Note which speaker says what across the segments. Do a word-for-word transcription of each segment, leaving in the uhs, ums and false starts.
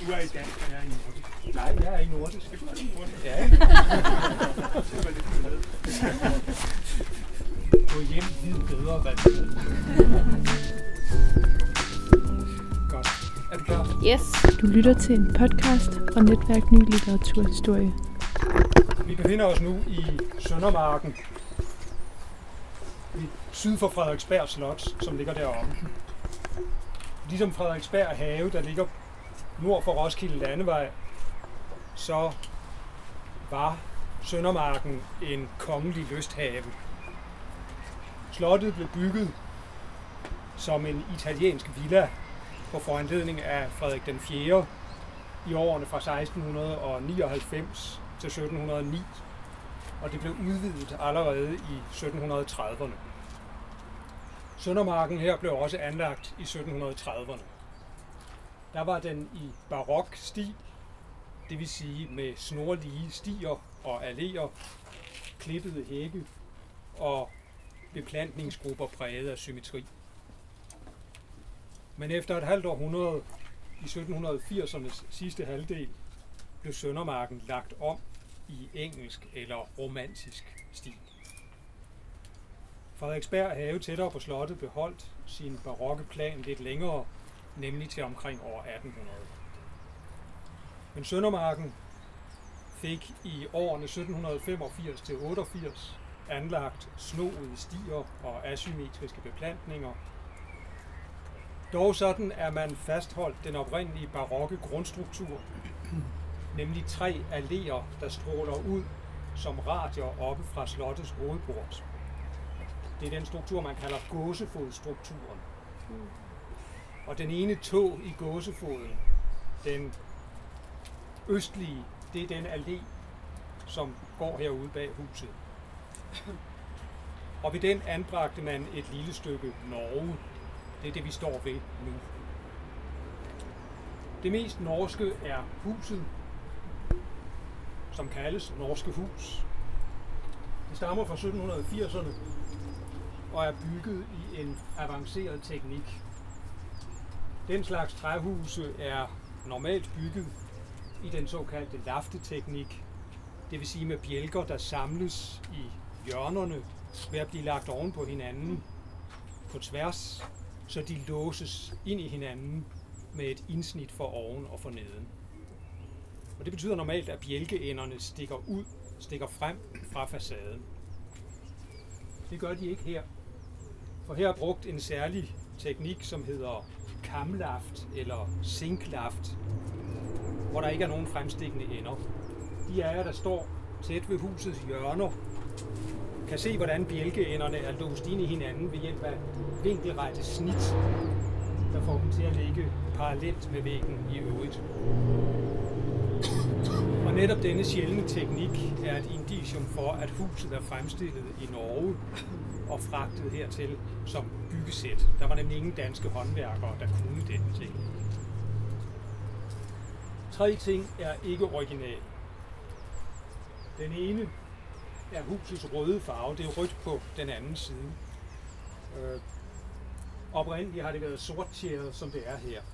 Speaker 1: Du er i dansk, og jeg er i nordisk.
Speaker 2: Nej, jeg er i nordisk.
Speaker 1: Det er i nordisk.
Speaker 2: Ja.
Speaker 1: Det var lidt med.
Speaker 2: Gå hjem, vid bedre, hvad det er. Godt. Er du klar?
Speaker 3: Yes.
Speaker 4: Du lytter til en podcast fra Netværk Ny Litteraturhistorie.
Speaker 2: Vi befinder os nu i Søndermarken, syd for Frederiksberg Slot, som ligger deroppe. Ligesom Frederiksberg Have, der ligger nord for Roskilde Landevej, så var Søndermarken en kongelig lysthave. Slottet blev bygget som en italiensk villa på foranledning af Frederik den fjerde i årene fra seksten nioghalvfems til sytten hundrede og ni, og det blev udvidet allerede i sytten trediverne. Søndermarken her blev også anlagt i sytten trediverne. Der var den i barok stil, det vil sige med snorlige stier og alléer, klippede hække og beplantningsgrupper præget af symmetri. Men efter et halvt århundrede, i sytten firsernes sidste halvdel, blev Søndermarken lagt om i engelsk eller romantisk stil. Frederiksberg Have tættere på slottet beholdt sin barokke plan lidt længere, nemlig til omkring år atten hundrede. Men Søndermarken fik i årene sytten femogfirs til otteogfirs anlagt snoede stier og asymmetriske beplantninger. Dog sådan, at man fastholdt den oprindelige barokke grundstruktur, nemlig tre alléer, der stråler ud som radier oppe fra slottets hovedport. Det er den struktur, man kalder gåsefodstrukturen. Og den ene tå i gåsefoden, den østlige, det er den allé, som går herude bag huset. Og ved den anbragte man et lille stykke Norge. Det er det, vi står ved nu. Det mest norske er huset, som kaldes Norske Hus. Det stammer fra sytten firserne og er bygget i en avanceret teknik. Den slags træhuse er normalt bygget i den såkaldte lafteteknik, det vil sige med bjælker, der samles i hjørnerne ved at blive lagt oven på hinanden på tværs, så de låses ind i hinanden med et indsnit for oven og for neden. Og det betyder normalt, at bjælkeenderne stikker ud, stikker frem fra facaden. Det gør de ikke her, for her er brugt en særlig teknik, som hedder kamlaft eller zinklaft, hvor der ikke er nogen fremstikkende ender. De af jer, der står tæt ved husets hjørner, kan se, hvordan bjælkeenderne er låst ind i hinanden ved hjælp af vinkelrette snit, der får dem til at ligge parallelt med væggen i øvrigt. Og netop denne sjældne teknik er et indicium for, at huset er fremstillet i Norge og fragtet hertil som byggesæt. Der var nemlig ingen danske håndværkere, der kunne denne ting. Tre ting er ikke originale. Den ene er husets røde farve. Det er rødt på den anden side. Øh, oprindeligt har det været sorttjæret, som det er her.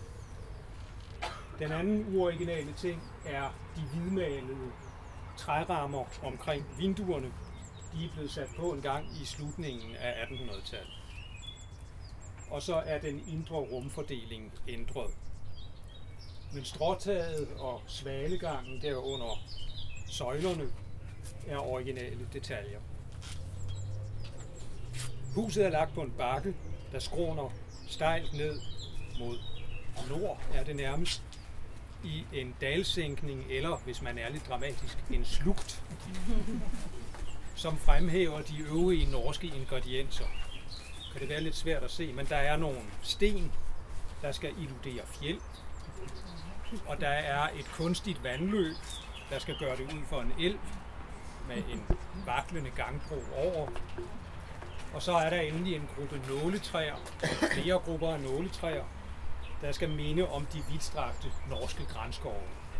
Speaker 2: Den anden uoriginale ting er de hvidmalede trærammer omkring vinduerne. De er blevet sat på en gang i slutningen af attenhundredetallet. Og så er den indre rumfordeling ændret. Men stråtaget og svalegangen derunder søjlerne er originale detaljer. Huset er lagt på en bakke, der skråner stejlt ned mod nord, er det nærmest, i en dalsænkning, eller hvis man er lidt dramatisk, en slugt, som fremhæver de øvrige norske ingredienser. Kan det være lidt svært at se, men der er nogle sten, der skal illudere fjeld, og der er et kunstigt vandløb, der skal gøre det ud for en elv med en vaklende gangbro over. Og så er der endelig en gruppe nåletræer, flere grupper af nåletræer, der skal minde om de vidtstrakte norske granskove.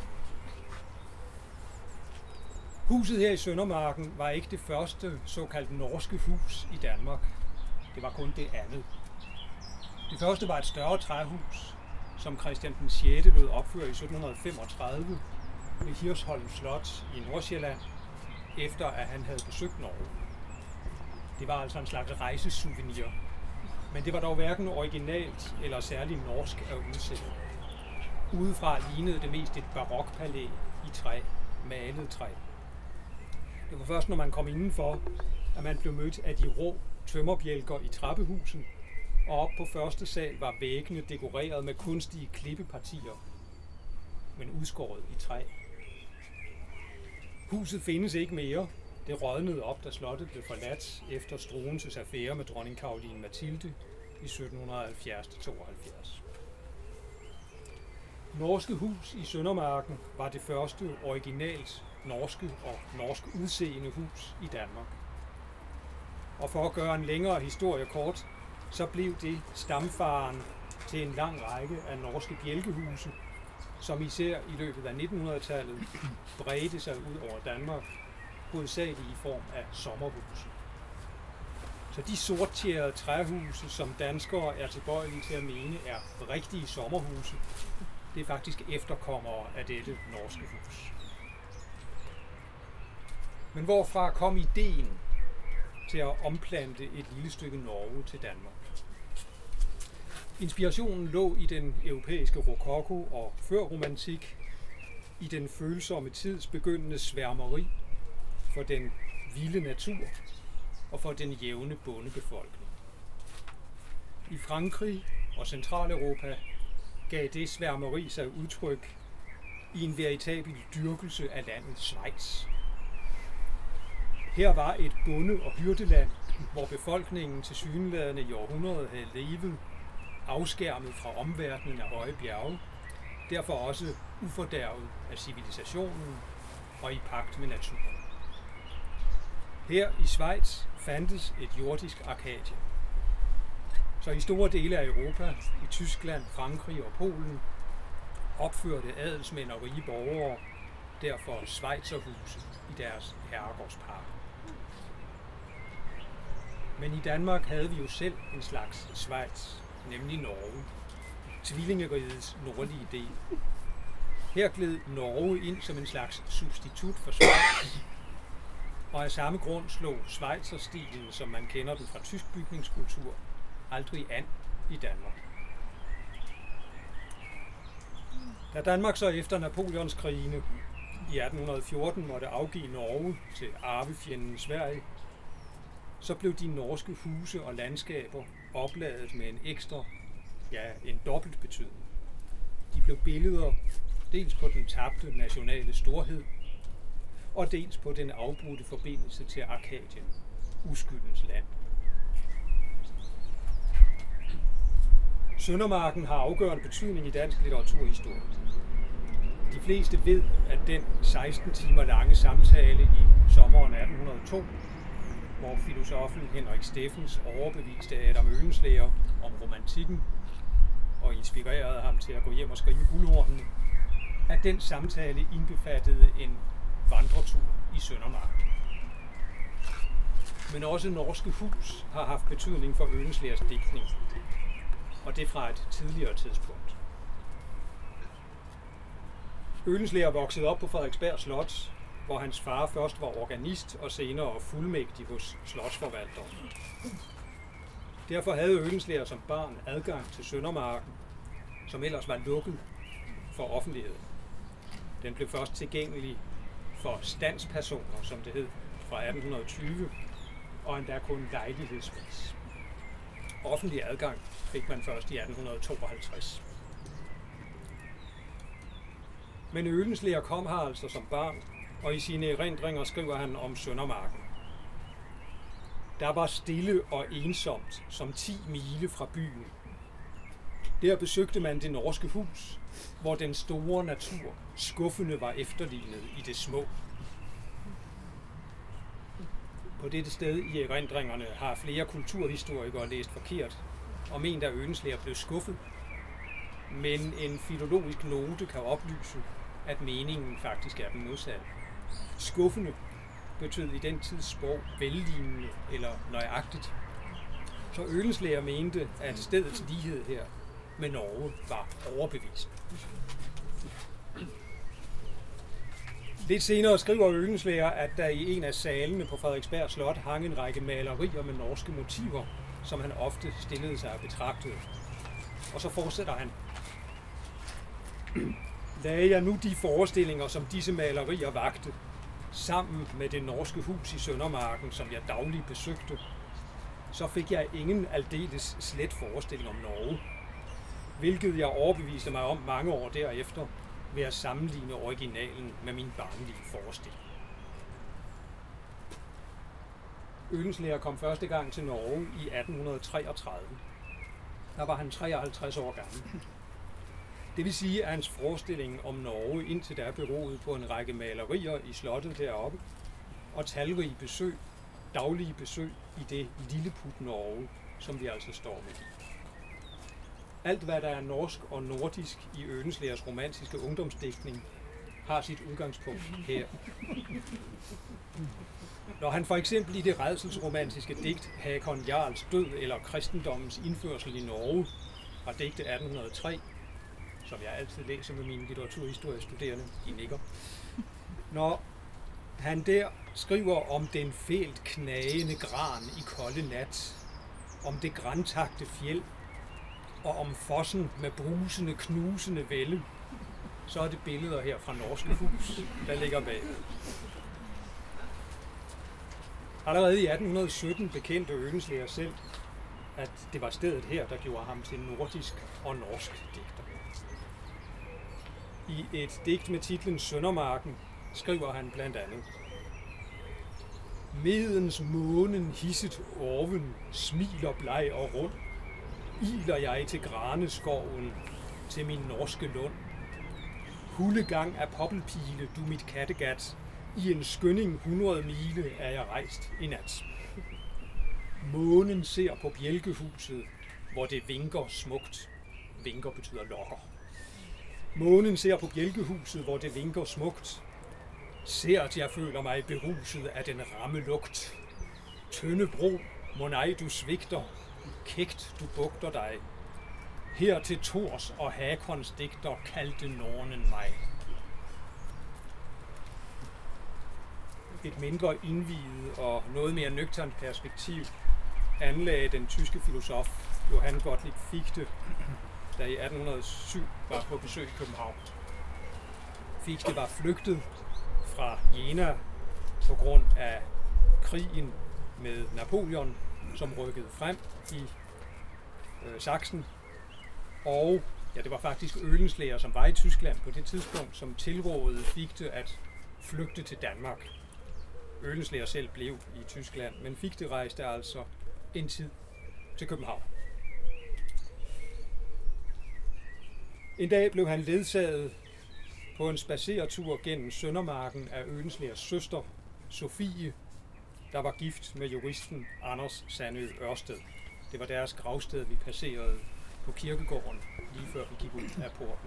Speaker 2: Huset her i Søndermarken var ikke det første såkaldt norske hus i Danmark. Det var kun det andet. Det første var et større træhus, som Christian den sjette lod opføre i sytten femogtredive ved Hirsholm Slot i Nordsjælland, efter at han havde besøgt Norge. Det var altså en slags rejsesouvenir, men det var dog hverken originalt eller særlig norsk at udse. Udefra lignede det mest et barokpalæ i træ, malet træ. Det var først, når man kom indenfor, at man blev mødt af de rå tømmerbjælker i trappehuset, og op på første sal var væggene dekoreret med kunstige klippepartier, men udskåret i træ. Huset findes ikke mere. Det rådnede op, da slottet blev forladt efter Struensees affære med dronning Caroline Mathilde i sytten halvfjerds til tooghalvfjerds. Norske Hus i Søndermarken var det første originalt norske og norsk udseende hus i Danmark. Og for at gøre en længere historie kort, så blev det stamfaren til en lang række af norske bjælkehuse, som især i løbet af nittenhundredetallet bredte sig ud over Danmark, hovedsageligt i form af sommerhuse. Så de sorttjærede træhuse, som danskere er tilbøjelige til at mene er rigtige sommerhuse, det er faktisk efterkommere af dette norske hus. Men hvorfra kom ideen til at omplante et lille stykke Norge til Danmark? Inspirationen lå i den europæiske rokoko og førromantik, i den følsomme tids begyndende sværmeri for den vilde natur og for den jævne bondebefolkning. I Frankrig og Centraleuropa gav det sværmeri sig udtryk i en veritabel dyrkelse af landet Schweiz. Her var et bonde- og hyrdeland, hvor befolkningen tilsyneladende i århundreder havde levet afskærmet fra omverdenen af høje bjerge, derfor også ufordærvet af civilisationen og i pagt med naturen. Her i Schweiz fandtes et jordisk Arkadien. Så i store dele af Europa, i Tyskland, Frankrig og Polen, opførte adelsmænd og rige borgere derfor schweizerhuse i deres herregårdsparker. Men i Danmark havde vi jo selv en slags Schweiz, nemlig Norge, tvillingerigets nordlige del. Her gled Norge ind som en slags substitut for Schweiz, og af samme grund slog schweizerstilen, som man kender den fra tysk bygningskultur, aldrig an i Danmark. Da Danmark så efter Napoleonskrigene i atten fjorten måtte afgive Norge til arvefjenden Sverige, så blev de norske huse og landskaber opladet med en ekstra, ja, en dobbelt betydning. De blev billeder dels på den tabte nationale storhed, og dels på den afbrudte forbindelse til Arkadien, uskyldens land. Søndermarken har afgørende betydning i dansk litteraturhistorie. De fleste ved, at den seksten timer lange samtale i sommeren atten hundrede og to, hvor filosofen Henrik Steffens overbeviste Adam Oehlenschläger om romantikken og inspirerede ham til at gå hjem og skrive Guldhornene, at den samtale indbefattede en vandretur i Søndermarken. Men også Norske Hus har haft betydning for Oehlenschlägers digtning, og det fra et tidligere tidspunkt. Oehlenschläger voksede op på Frederiksberg Slot, hvor hans far først var organist og senere fuldmægtig hos slotsforvalteren. Derfor havde Oehlenschläger som barn adgang til Søndermarken, som ellers var lukket for offentligheden. Den blev først tilgængelig for standspersoner, som det hed, fra atten tyve, og endda kun lejlighedsvis. Offentlig adgang fik man først i atten tooghalvtreds. Men Oehlenschläger kom her altså som barn, og i sine erindringer skriver han om Søndermarken. Der var stille og ensomt, som ti mile fra byen. Der besøgte man det norske hus, hvor den store natur skuffende var efterlignet i det små. På dette sted i erindringerne har flere kulturhistorikere læst forkert og ment, at Oehlenschläger blev skuffet. Men en filologisk note kan oplyse, at meningen faktisk er den modsatte. Skuffende betød i den tids sprog vellignende eller nøjagtigt. Så Oehlenschläger mente, at stedets lighed her med Norge var overbevisende. Lidt senere skriver Oehlenschläger, at der i en af salene på Frederiksberg Slot hang en række malerier med norske motiver, som han ofte stillede sig og betragtede. Og så fortsætter han. Lagde jeg nu de forestillinger, som disse malerier vagte, sammen med det norske hus i Søndermarken, som jeg dagligt besøgte, så fik jeg ingen aldeles slet forestilling om Norge, hvilket jeg overbeviste mig om mange år derefter ved at sammenligne originalen med min barnlige forestilling. Oehlenschläger kom første gang til Norge i atten treogtredive. Der var han treoghalvtreds år gammel. Det vil sige, at hans forestilling om Norge indtil da beroede på en række malerier i slottet deroppe, og talrige besøg, daglige besøg i det lilleput Norge, som vi altså står med i. Alt, hvad der er norsk og nordisk i Oehlenschlägers romantiske ungdomsdigtning, har sit udgangspunkt her. Når han for eksempel i det rædselsromantiske digt Hakon Jarls død eller kristendommens indførsel i Norge fra digte atten hundrede og tre, som jeg altid læser med mine litteraturhistoriestuderende, de nikker. Når han der skriver om den fælt knagende gran i kolde nat, om det grantagte fjeld, og om fossen med brusende, knusende vælde, så er det billeder her fra Norske Hus, der ligger bagved. Allerede i atten sytten bekendte Oehlenschläger selv, at det var stedet her, der gjorde ham til nordisk og norsk digter. I et digt med titlen Søndermarken skriver han blandt andet: Medens månen hisset orven, smiler bleg og rund, iler jeg til graneskoven, til min norske lund. Hullegang af poppelpile, du mit kattegat, i en skønning hundrede mile er jeg rejst i nat. Månen ser på bjælkehuset, hvor det vinker smukt. Vinker betyder lokker. Månen ser på bjælkehuset, hvor det vinker smukt. Ser, at jeg føler mig beruset af den ramme lugt. Tynde bro, må nej du svigter, kægt du bugter dig. Her til Thors og Hakons digter kaldte Nornen mig. Et mindre indviet og noget mere nøgternt perspektiv anlagde den tyske filosof Johann Gottlieb Fichte, der i atten hundrede og syv var på besøg i København. Fichte var flygtet fra Jena på grund af krigen med Napoleon, som rykkede frem i øh, Sachsen. Og ja, det var faktisk Oehlenschläger, som var i Tyskland på det tidspunkt, som tilrådede Fichte at flygte til Danmark. Oehlenschläger selv blev i Tyskland, men Fichte rejste altså en tid til København. En dag blev han ledsaget på en spadseretur gennem Søndermarken af Oehlenschlägers søster, Sofie, der var gift med juristen Anders Sandø Ørsted. Det var deres gravsted, vi passerede på kirkegården, lige før vi gik ud af porten.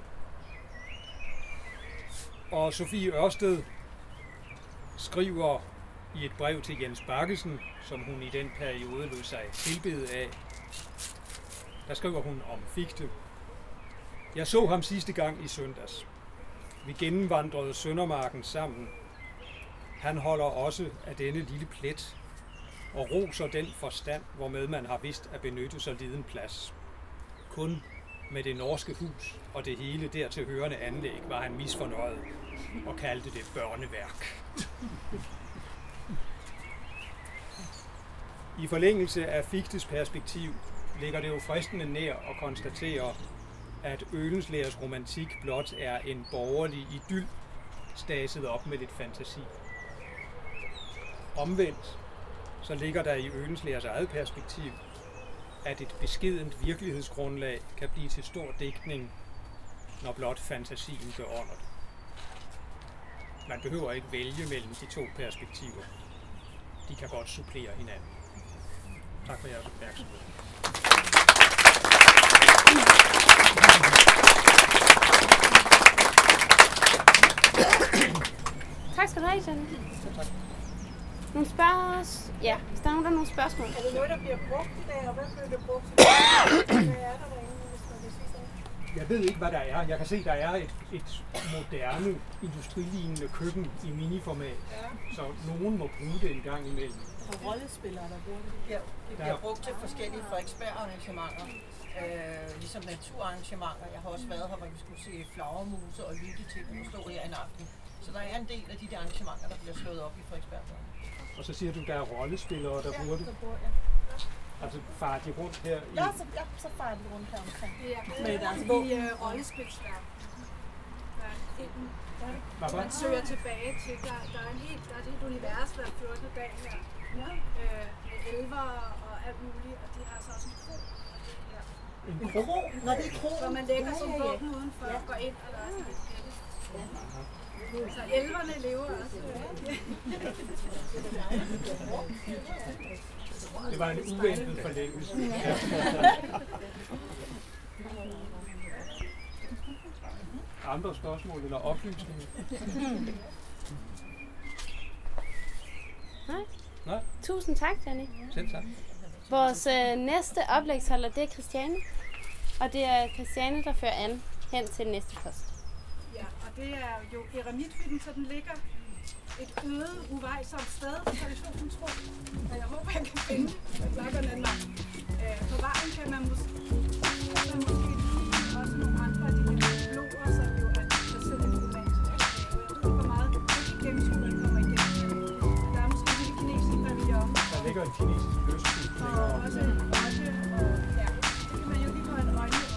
Speaker 2: Og Sofie Ørsted skriver i et brev til Jens Baggesen, som hun i den periode lod sig tilbede af, der skriver hun om Fichte: Jeg så ham sidste gang i søndags. Vi gennemvandrede Søndermarken sammen. Han holder også af denne lille plet og roser den forstand, hvormed man har vidst at benytte sig liden plads. Kun med det norske hus og det hele dertil hørende anlæg var han misfornøjet og kaldte det børneværk. I forlængelse af Fichtes perspektiv ligger det jo fristende nær at konstatere, at Oehlenschlägers romantik blot er en borgerlig idyl, staset op med lidt fantasi. Omvendt så ligger der i Oehlenschlägers eget perspektiv, at et beskedent virkelighedsgrundlag kan blive til stor digtning, når blot fantasien beånder det. Man behøver ikke vælge mellem de to perspektiver. De kan godt supplere hinanden. Tak for jeres opmærksomhed.
Speaker 3: Tak skal du have, Janne.
Speaker 2: Ja, tak.
Speaker 3: Nogle spørgsmål? Ja, hvis der er nogen, der har nogle spørgsmål.
Speaker 5: Er det noget, der bliver brugt i dag, og hvad bliver det brugt i dag? Hvad er der derinde, hvis man kan sige sådan?
Speaker 2: jeg ved ikke, hvad der er. Jeg kan se, der er et, et moderne, industrilignende køkken i miniformat. Ja. Så nogen må bruge det en gang imellem.
Speaker 5: Og rollespillere, der bruger det.
Speaker 6: Ja, det bliver brugt til forskellige Frederiksberg-arrangementer. Øh, ligesom naturarrangementer. Jeg har også været her, hvor vi skulle se flagermuse og lytte til dem stå her en aften. Så der er en del af de der arrangementer, der bliver slået op i Frederiksberg.
Speaker 2: Og så siger du, der er rollespillere, der
Speaker 6: ja,
Speaker 2: bruger det?
Speaker 6: Der bruger, ja.
Speaker 2: Altså farer de rundt her i...
Speaker 6: Ja, så, ja, så farer de rundt her omkring.
Speaker 5: Ja,
Speaker 6: med deres
Speaker 5: i
Speaker 6: våben.
Speaker 5: uh, rollespilsværk. Der er en,
Speaker 2: Hvad,
Speaker 5: man søger tilbage til. Der, der, er en helt, der er et helt univers hver fjortende dag her. Ja. Øh, med elver og alt muligt, og de har så også en kro.
Speaker 2: En
Speaker 6: En
Speaker 2: kro?
Speaker 6: kro? Når det er kro.
Speaker 5: Hvor man lægger sin våben udenfor og går ind, og der er sådan lidt kælde. Så elverne lever også.
Speaker 2: Det var en uventet forlængelse. Ja. Andre spørgsmål eller oplysninger?
Speaker 3: Nej.
Speaker 2: Nej.
Speaker 3: Tusind tak, Johnny.
Speaker 2: Selv tak.
Speaker 3: Vores øh, næste oplægsholder, det er Christiane. Og det er Christiane, der fører an hen til næste post.
Speaker 5: Ja, og det er jo Eremithytten, så den ligger et øde, uvejsomt sted, traditionen tro. Og jeg håber, jeg kan finde klokkerne en vej. Øh, på vejen kan man måske, man måske lige også nogle andre af de her bloger, som jo er placeret i romansk. Jeg ved ikke, hvor meget gennemskud, der kommer igennem. Men der er måske en lille kinesisk pavillon.
Speaker 2: Der ligger en kinesisk lystbud.
Speaker 5: Og også en øje, og ja, det kan man jo lige få en øje op.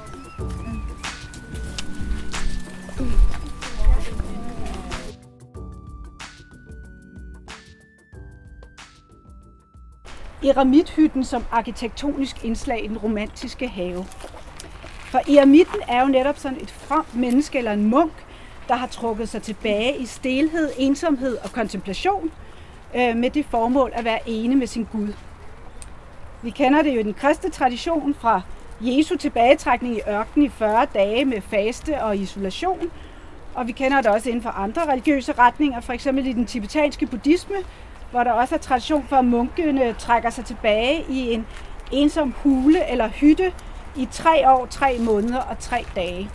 Speaker 5: Eremithytten som arkitektonisk indslag i den romantiske have. For eremitten er jo netop sådan et fromt menneske eller en munk, der har trukket sig tilbage i stilhed, ensomhed og kontemplation øh, med det formål at være ene med sin Gud. Vi kender det jo i den kristne tradition fra Jesu tilbagetrækning i ørkenen i fyrre dage med faste og isolation, og vi kender det også inden for andre religiøse retninger, for eksempel i den tibetanske buddhisme, hvor der også er tradition for, at munkene trækker sig tilbage i en ensom hule eller hytte i tre år, tre måneder og tre dage.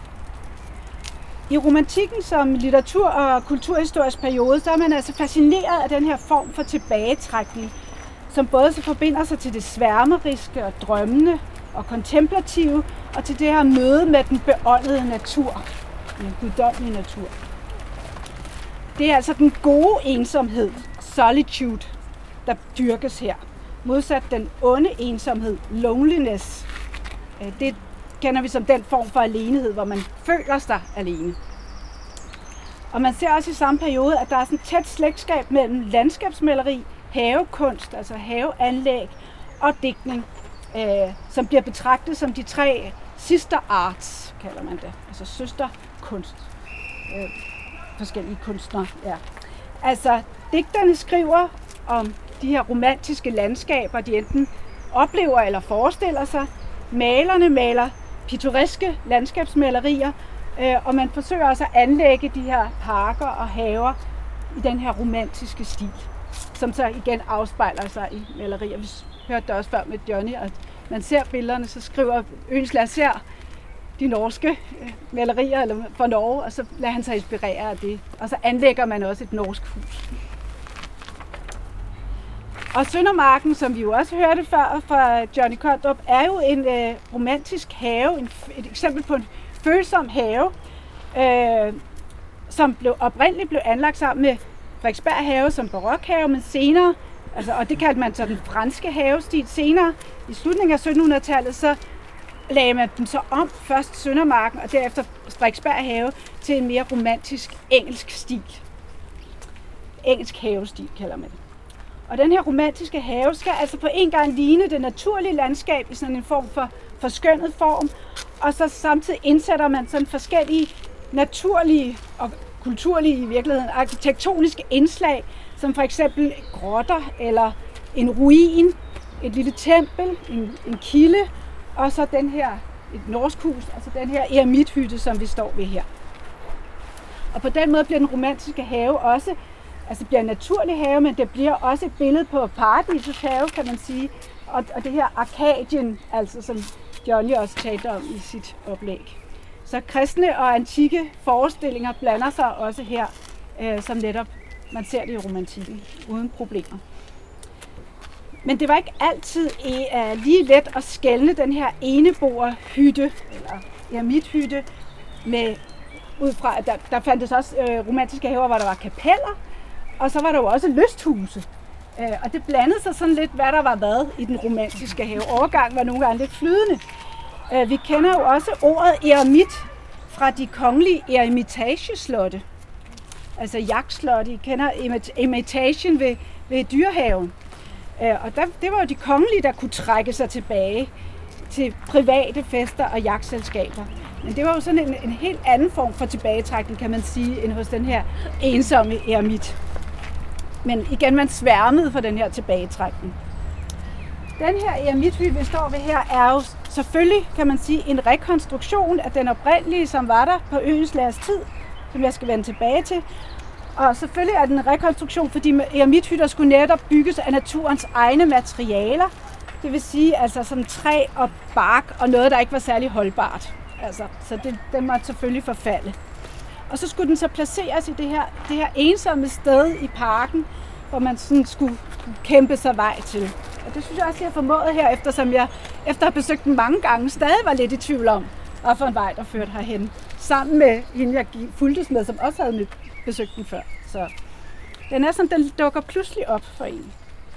Speaker 5: I romantikken som litteratur- og kulturhistorisk periode, så er man altså fascineret af den her form for tilbagetrækning, som både så forbinder sig til det sværmeriske og drømmende og kontemplative, og til det her møde med den beåndede natur, den guddommelige natur. Det er altså den gode ensomhed, solitude, der dyrkes her. Modsat den onde ensomhed, loneliness. Det kender vi som den form for alenehed, hvor man føler sig alene. Og man ser også i samme periode, at der er sådan et tæt slægtskab mellem landskabsmaleri, havekunst, altså haveanlæg og digtning, øh, som bliver betragtet som de tre sister arts, kalder man det. Altså søsterkunst. Øh, forskellige kunstnere, ja. Altså, digterne skriver om de her romantiske landskaber, de enten oplever eller forestiller sig. Malerne maler pittoreske landskabsmalerier, øh, og man forsøger også at anlægge de her parker og haver i den her romantiske stil, som så igen afspejler sig i malerier. Vi hørte det også før med Johnny, at man ser billederne, så skriver Ønsla ser de norske øh, malerier eller fra Norge, og så lader han sig inspirere af det. Og så anlægger man også et norsk hus. Og Søndermarken, som vi jo også hørte før fra Johnny Kondrup, er jo en øh, romantisk have, en, et eksempel på en følsom have, øh, som blev oprindeligt blev anlagt sammen med Frederiksberg have som barokhave, men senere, altså, og det kaldte man så den franske havestil, senere i slutningen af syttenhundredetallet, så lagde man den så om, først Søndermarken og derefter Frederiksberg have, til en mere romantisk engelsk stil. Engelsk havestil kalder man det. Og den her romantiske have skal altså på en gang ligne det naturlige landskab i sådan en form for forskønnet form, og så samtidig indsætter man sådan forskellige naturlige og kulturlige i virkeligheden arkitektoniske indslag, som for eksempel grotter eller en ruin, et lille tempel, en, en kilde, og så den her, et norsk hus, altså den her eremithytte, som vi står ved her. Og på den måde bliver den romantiske have også, altså bliver en naturlig have, men det bliver også et billede på paradisets have, kan man sige. Og, og det her Arkadien, altså som Johnny også talte om i sit oplæg. Så kristne og antikke forestillinger blander sig også her, øh, som netop man ser det i romantikken, uden problemer. Men det var ikke altid uh, lige let at skelne den her eneboerhytte, eller eremithytte, med ud fra, at der, der fandtes også øh, romantiske haver, hvor der var kapeller, og så var der jo også lysthuse. Øh, og det blandede sig sådan lidt, hvad der var hvad i den romantiske have. Overgang var nogle gange lidt flydende. Øh, vi kender jo også ordet eremit fra de kongelige eremitageslotte. Altså jagtslotte. I kender eremitation ved, ved Dyrehaven. Øh, og der, det var jo de kongelige, der kunne trække sig tilbage til private fester og jagtselskaber. Men det var jo sådan en, en helt anden form for tilbagetrækning, kan man sige, end hos den her ensomme eremit. Men igen, man sværmede for den her tilbagetrækning. Den her eremithytte, vi står ved her, er jo selvfølgelig, kan man sige, en rekonstruktion af den oprindelige, som var der på Oehlenschlägers tid, som jeg skal vende tilbage til. Og selvfølgelig er den en rekonstruktion, fordi eremithytter skulle netop bygges af naturens egne materialer. Det vil sige, altså som træ og bark og noget, der ikke var særlig holdbart. Altså, så det, den måtte selvfølgelig forfalde. Og så skulle den så placeres i det her, det her ensomme sted i parken, hvor man sådan skulle kæmpe sig vej til. Og det synes jeg også, jeg har formået her, eftersom jeg efter at have besøgt den mange gange, stadig var lidt i tvivl om, hvad for en vej, der førte herhen. Sammen med hende, jeg fulgtes med, som også havde besøgt den før. Så den er sådan, den dukker pludselig op for en.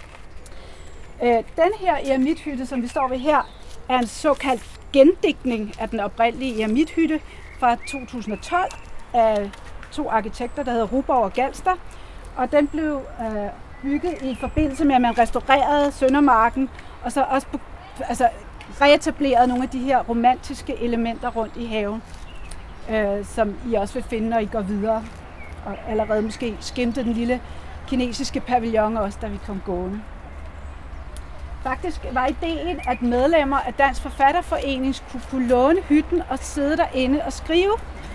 Speaker 5: Øh, den her eremithytte, som vi står ved her, er en såkaldt gendigtning af den oprindelige eremithytte fra to tusind og tolv af to arkitekter, der hedder Ruborg og Galster. Og den blev øh, bygget i forbindelse med, at man restaurerede Søndermarken, og så også på, altså, reetablerede nogle af de her romantiske elementer rundt i haven, øh, som I også vil finde, når I går videre. Og allerede måske skimte den lille kinesiske pavillon også, da vi kom gående. Faktisk var ideen, at medlemmer af Dansk Forfatterforening skulle kunne låne hytten og sidde derinde og skrive.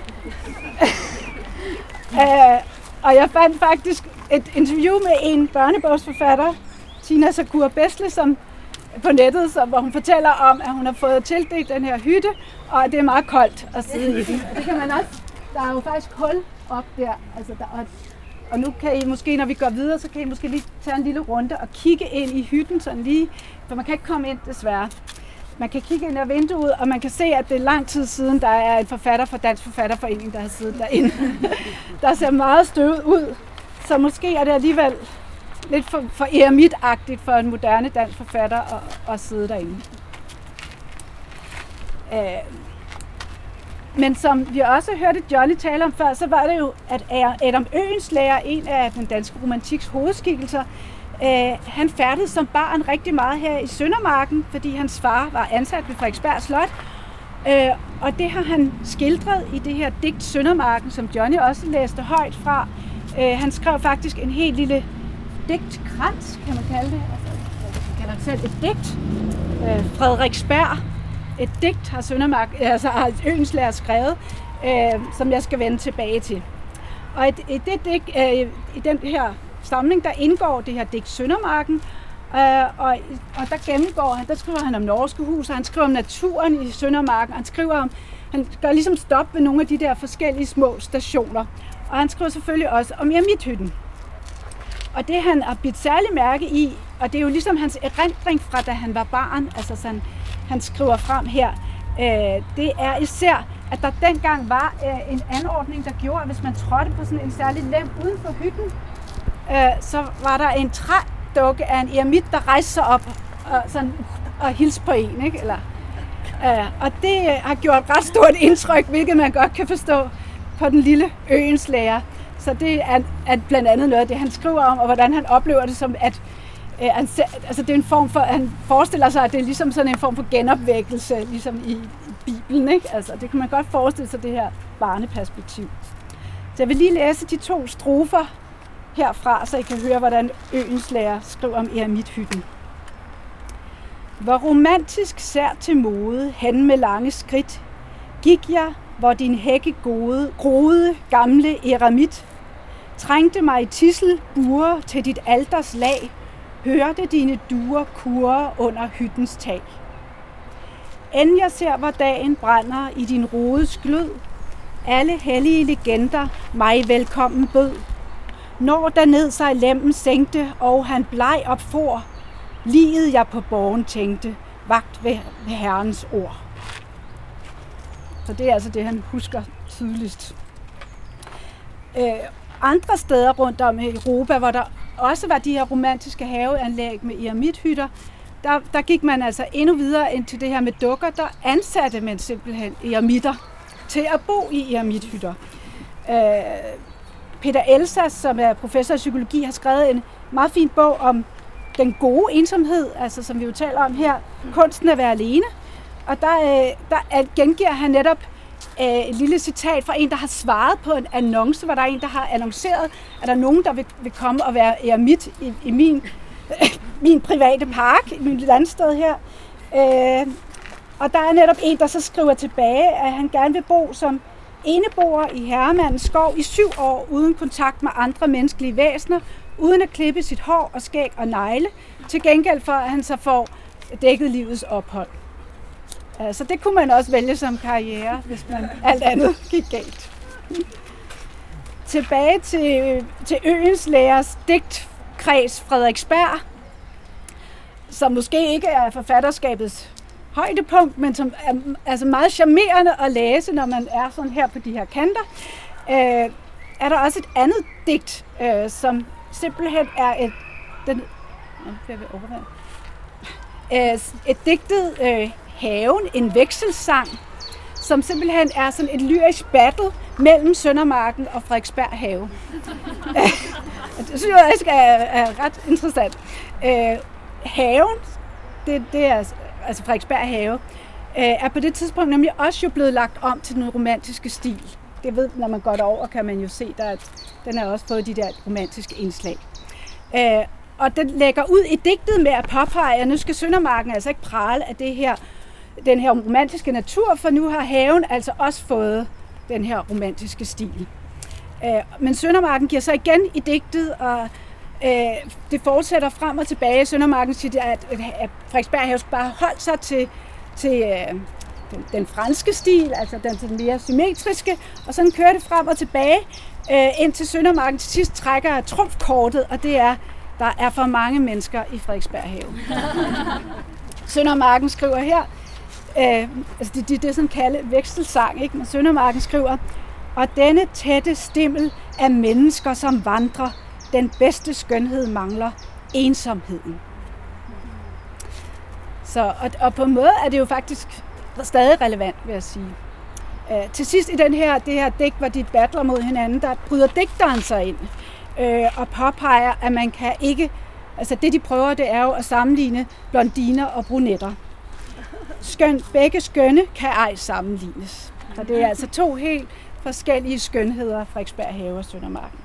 Speaker 5: uh, og jeg fandt faktisk et interview med en børnebogsforfatter, Tina Sakura Besle, som på nettet, som, hvor hun fortæller om, at hun har fået tildelt den her hytte, og det er meget koldt at sidde i den. Og det kan man også. Der er jo faktisk hul op der. Altså der er, og nu kan I måske, når vi går videre, så kan I måske lige tage en lille runde og kigge ind i hytten, sådan lige, for man kan ikke komme ind desværre. Man kan kigge ind ad vinduet, og man kan se, at det er lang tid siden, der er en forfatter fra Dansk Forfatterforening, der har siddet derinde. Der ser meget støvet ud, så måske er det alligevel lidt for, for eremitagtigt for en moderne dansk forfatter at, at sidde derinde. Øh, Men som vi også hørte Johnny tale om før, så var det jo, at Adam Oehlenschläger, en af den danske romantiks hovedskikkelser, øh, han færdedes som barn rigtig meget her i Søndermarken, fordi hans far var ansat ved Frederiksberg Slot. Øh, og det har han skildret i det her digt Søndermarken, som Johnny også læste højt fra. Øh, han skrev faktisk en helt lille digtkrans, kan man kalde det. Altså, man kalder det selv et digt. Øh, Frederiksberg. Et digt har Søndermark, altså har Oehlenschläger skrevet, øh, som jeg skal vende tilbage til. Og i, i, det digt, øh, i den her samling, der indgår det her digt Søndermarken, øh, og, og der gennemgår han, der skriver han om norske hus, og han skriver om naturen i Søndermarken, han skriver om, han gør ligesom stop ved nogle af de der forskellige små stationer, og han skriver selvfølgelig også om eremithytten. Og det han har bidt særlig mærke i, og det er jo ligesom hans erindring fra da han var barn, altså sådan, han skriver frem her, øh, det er især, at der dengang var øh, en anordning, der gjorde, at hvis man trådte på sådan en særlig lem uden for hytten, øh, så var der en trædukke af en eremit, der rejste sig op og, sådan, og hilste på en. Ikke? Eller, øh, og det øh, har gjort ret stort indtryk, hvilket man godt kan forstå på den lille Oehlenschläger. Så det er, er blandt andet noget af det, han skriver om, og hvordan han oplever det som, at øh, han, altså det er en form for, han forestiller sig, at det er ligesom sådan en form for genopvækkelse, ligesom i, i Bibelen, ikke? Altså det kan man godt forestille sig, det her barneperspektiv. Så jeg vil lige læse de to strofer herfra, så I kan høre, hvordan Oehlenschläger skriver om eremithytten. Hvor romantisk sær til mode, hen med lange skridt, gik jeg, hvor din hække gode, groede gamle eremit trængte mig i tisselbure til dit alters lag, hørte dine duer kurre under hyttens tag. End jeg ser, hvor dagen brænder i din rodes glød, alle hellige legender mig velkommen bød. Når der ned sig lemmen sænkte, og han bleg opfor, liget jeg på borgen tænkte, vagt ved, ved Herrens ord. Så det er altså det, han husker tydeligst. Øh, andre steder rundt om i Europa, hvor der også var de her romantiske haveanlæg med eremithytter, der, der gik man altså endnu videre ind til det her med dukker, der ansatte man simpelthen eremitter til at bo i eremithytter. Øh, Peter Elsas, som er professor i psykologi, har skrevet en meget fin bog om den gode ensomhed, altså som vi jo taler om her, kunsten at være alene. Og der, øh, der gengiver han netop øh, et lille citat fra en, der har svaret på en annonce, hvor der er en, der har annonceret, at der er nogen, der vil, vil komme og være eremit i, i min, øh, min private park, i min landsted her. Øh, og der er netop en, der så skriver tilbage, at han gerne vil bo som eneboer i Herremandens skov i syv år, uden kontakt med andre menneskelige væsener, uden at klippe sit hår og skæg og negle, til gengæld for, at han så får dækket livets ophold. Så det kunne man også vælge som karriere, hvis man alt andet gik galt. Tilbage til, til Øens lærers digtkreds Frederiksberg, som måske ikke er forfatterskabets højdepunkt, men som er altså meget charmerende at læse, når man er sådan her på de her kanter, øh, er der også et andet digt, øh, som simpelthen er et, den, øh, et digtet øh, Haven, en vekselssang, som simpelthen er sådan et lyrisk battle mellem Søndermarken og Frederiksberg have. Det synes jeg også er, er ret interessant. Øh, haven, det, det er altså Frederiksberg have, øh, er på det tidspunkt nemlig også jo blevet lagt om til den romantiske stil. Det ved, når man går derover, kan man jo se, der, at den har også fået de der romantiske indslag. Øh, og den lægger ud i digtet med at påpege, at nu skal Søndermarken altså ikke prale af det her, den her romantiske natur, for nu har haven altså også fået den her romantiske stil. Øh, men Søndermarken giver sig igen i digtet, og øh, det fortsætter frem og tilbage. Søndermarken siger, at, at Frederiksberg have bare holdt sig til, til øh, den, den franske stil, altså den, den mere symmetriske, og sådan kører det frem og tilbage, øh, indtil Søndermarken til sidst trækker trumfkortet, og det er, der er for mange mennesker i Frederiksberg have. Søndermarken skriver her, øh, altså det, det, det er sådan en kalde vekselsang, ikke? Men Søndermarken skriver, og denne tætte stimmel af mennesker, som vandrer, den bedste skønhed mangler, ensomheden. Så, og, og på en måde er det jo faktisk stadig relevant, vil jeg sige. Øh, til sidst i den her, det her digt, hvor de battler mod hinanden, der bryder digteren sig ind øh, og påpeger, at man kan ikke, altså det de prøver, det er jo at sammenligne blondiner og brunetter. Skøn, begge skønne kan ej sammenlignes. Så det er altså to helt forskellige skønheder, Frederiksberg have og Søndermarken.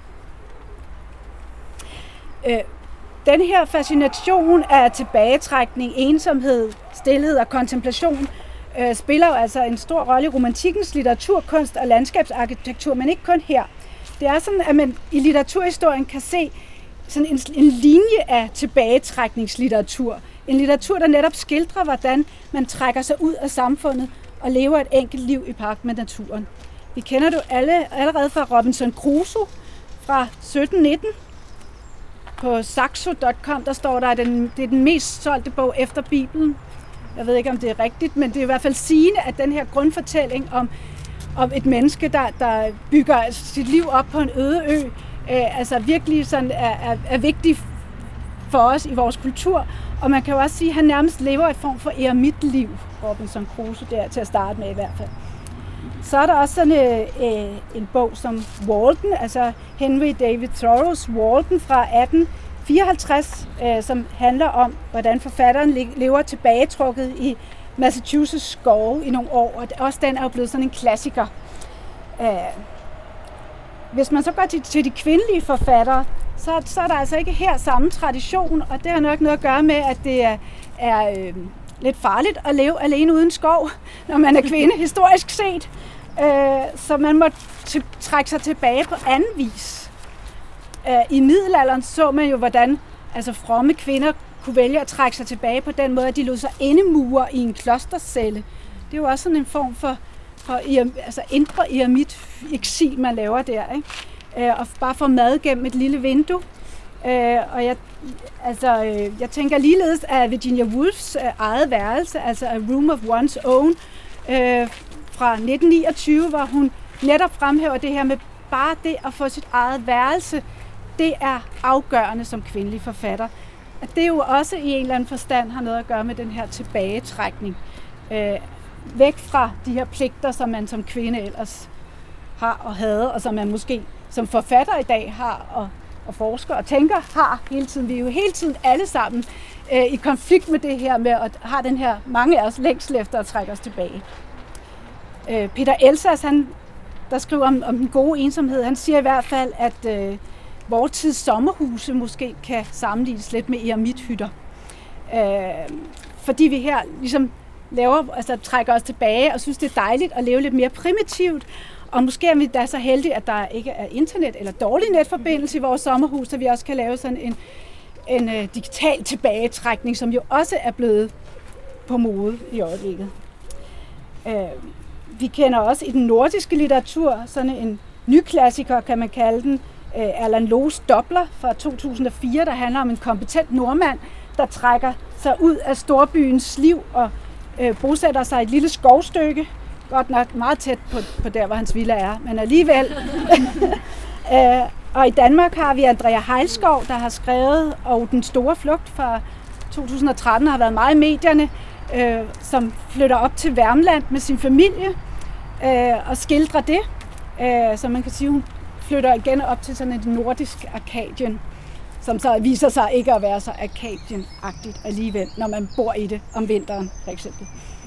Speaker 5: Øh, den her fascination af tilbagetrækning, ensomhed, stilhed og kontemplation øh, spiller jo altså en stor rolle i romantikkens litteratur, kunst og landskabsarkitektur, men ikke kun her. Det er sådan, at man i litteraturhistorien kan se sådan en, en linje af tilbagetrækningslitteratur. En litteratur, der netop skildrer, hvordan man trækker sig ud af samfundet og lever et enkelt liv i pagt med naturen. Vi kender det alle, allerede fra Robinson Crusoe fra sytten nitten. På saxo punktum com, der står der, at den, det er den mest solgte bog efter Bibelen. Jeg ved ikke, om det er rigtigt, men det er i hvert fald sigende, at den her grundfortælling om, om et menneske, der, der bygger sit liv op på en øde ø, øh, altså virkelig sådan er, er, er vigtig for os i vores kultur. Og man kan jo også sige, at han nærmest lever et form for eremitliv, Robinson Crusoe der til at starte med i hvert fald. Så er der også sådan øh, en bog som Walden, altså Henry David Thoreaus Walden fra atten fireoghalvtreds, øh, som handler om, hvordan forfatteren lever tilbagetrukket i Massachusetts skove i nogle år, og også den er jo blevet sådan en klassiker. Øh, hvis man så går til, til de kvindelige forfattere, så, så er der altså ikke her samme tradition, og det har nok noget at gøre med, at det er, er øh, lidt farligt at leve alene uden skov, når man er kvinde, historisk set. Øh, så man må t- trække sig tilbage på anden vis. Øh, I middelalderen så man jo, hvordan altså, fromme kvinder kunne vælge at trække sig tilbage på den måde, at de lod sig indemure i en klostercelle. Det er jo også sådan en form for, for altså indre eremit-eksil, man laver der, ikke? Og bare få mad gennem et lille vindue. Og jeg, altså, jeg tænker ligeledes, at Virginia Woolfs eget værelse, altså A Room of One's Own, fra nitten niogtyve, hvor hun netop fremhæver det her med bare det at få sit eget værelse, det er afgørende som kvindelig forfatter. At det jo også i en eller anden forstand har noget at gøre med den her tilbagetrækning. Øh, væk fra de her pligter, som man som kvinde ellers har og havde, og som man måske som forfatter i dag har og, og forsker og tænker har hele tiden. Vi er jo hele tiden alle sammen øh, i konflikt med det her med at have den her, mange af os længsel efter at trække os tilbage. Øh, Peter Elsas, han, der skriver om, om den gode ensomhed, han siger i hvert fald, at øh, vores tids sommerhuse måske kan sammenlignes lidt med eremithytter. Øh, fordi vi her ligesom laver, altså trækker os tilbage og synes, det er dejligt at leve lidt mere primitivt. Og måske er vi da så heldige, at der ikke er internet eller dårlig netforbindelse i vores sommerhus, så vi også kan lave sådan en, en uh, digital tilbagetrækning, som jo også er blevet på mode i øjeblikket. Uh, vi kender også i den nordiske litteratur sådan en ny klassiker, kan man kalde den, uh, Erland Loes Dobler fra to tusind og fire, der handler om en kompetent nordmand, der trækker sig ud af storbyens liv og uh, bosætter sig i et lille skovstykke, godt nok meget tæt på, på der, hvor hans villa er, men alligevel. uh, og i Danmark har vi Andrea Heilskov, der har skrevet Og den store flugt fra to tusind og tretten, har været meget i medierne, uh, som flytter op til Värmland med sin familie uh, og skildrer det. Uh, så man kan sige, hun flytter igen op til sådan et nordisk Arkadien, som så viser sig ikke at være så Arkadien-agtigt alligevel, når man bor i det om vinteren, for eksempel.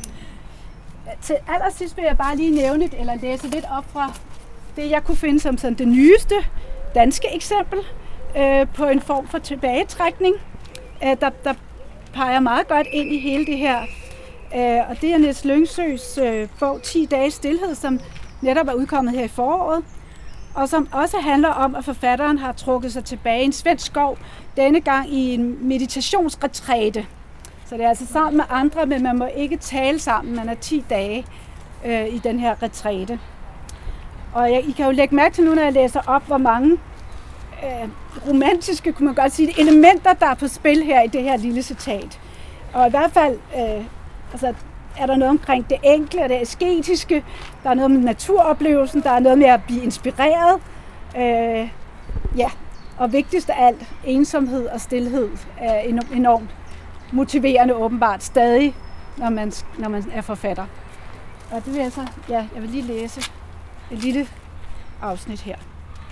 Speaker 5: Til allersidst vil jeg bare lige nævne et, eller læse lidt op fra det, jeg kunne finde som sådan det nyeste danske eksempel øh, på en form for tilbagetrækning, øh, der, der peger meget godt ind i hele det her. Øh, og det er Niels Lyngsøs øh, bog ti dages stilhed, som netop er udkommet her i foråret, og som også handler om, at forfatteren har trukket sig tilbage i en svensk skov, denne gang i en meditationsretræte. Så det er altså sammen med andre, men man må ikke tale sammen. Man er ti dage øh, i den her retræte. Og jeg, I kan jo lægge mærke til nu, når jeg læser op, hvor mange øh, romantiske, kunne man godt sige, elementer, der er på spil her i det her lille citat. Og i hvert fald øh, altså, er der noget omkring det enkle og det asketiske. Der er noget med naturoplevelsen, der er noget med at blive inspireret. Øh, ja, og vigtigst af alt, ensomhed og stilhed er enormt motiverende åbenbart stadig, når man, når man er forfatter. Og det vil jeg så, ja, jeg vil lige læse et lille afsnit her.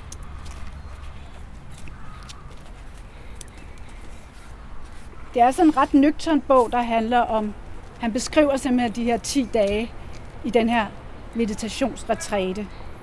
Speaker 5: Det er sådan en ret nøgtern bog, der handler om, han beskriver simpelthen de her ti dage i den her meditationsretræte,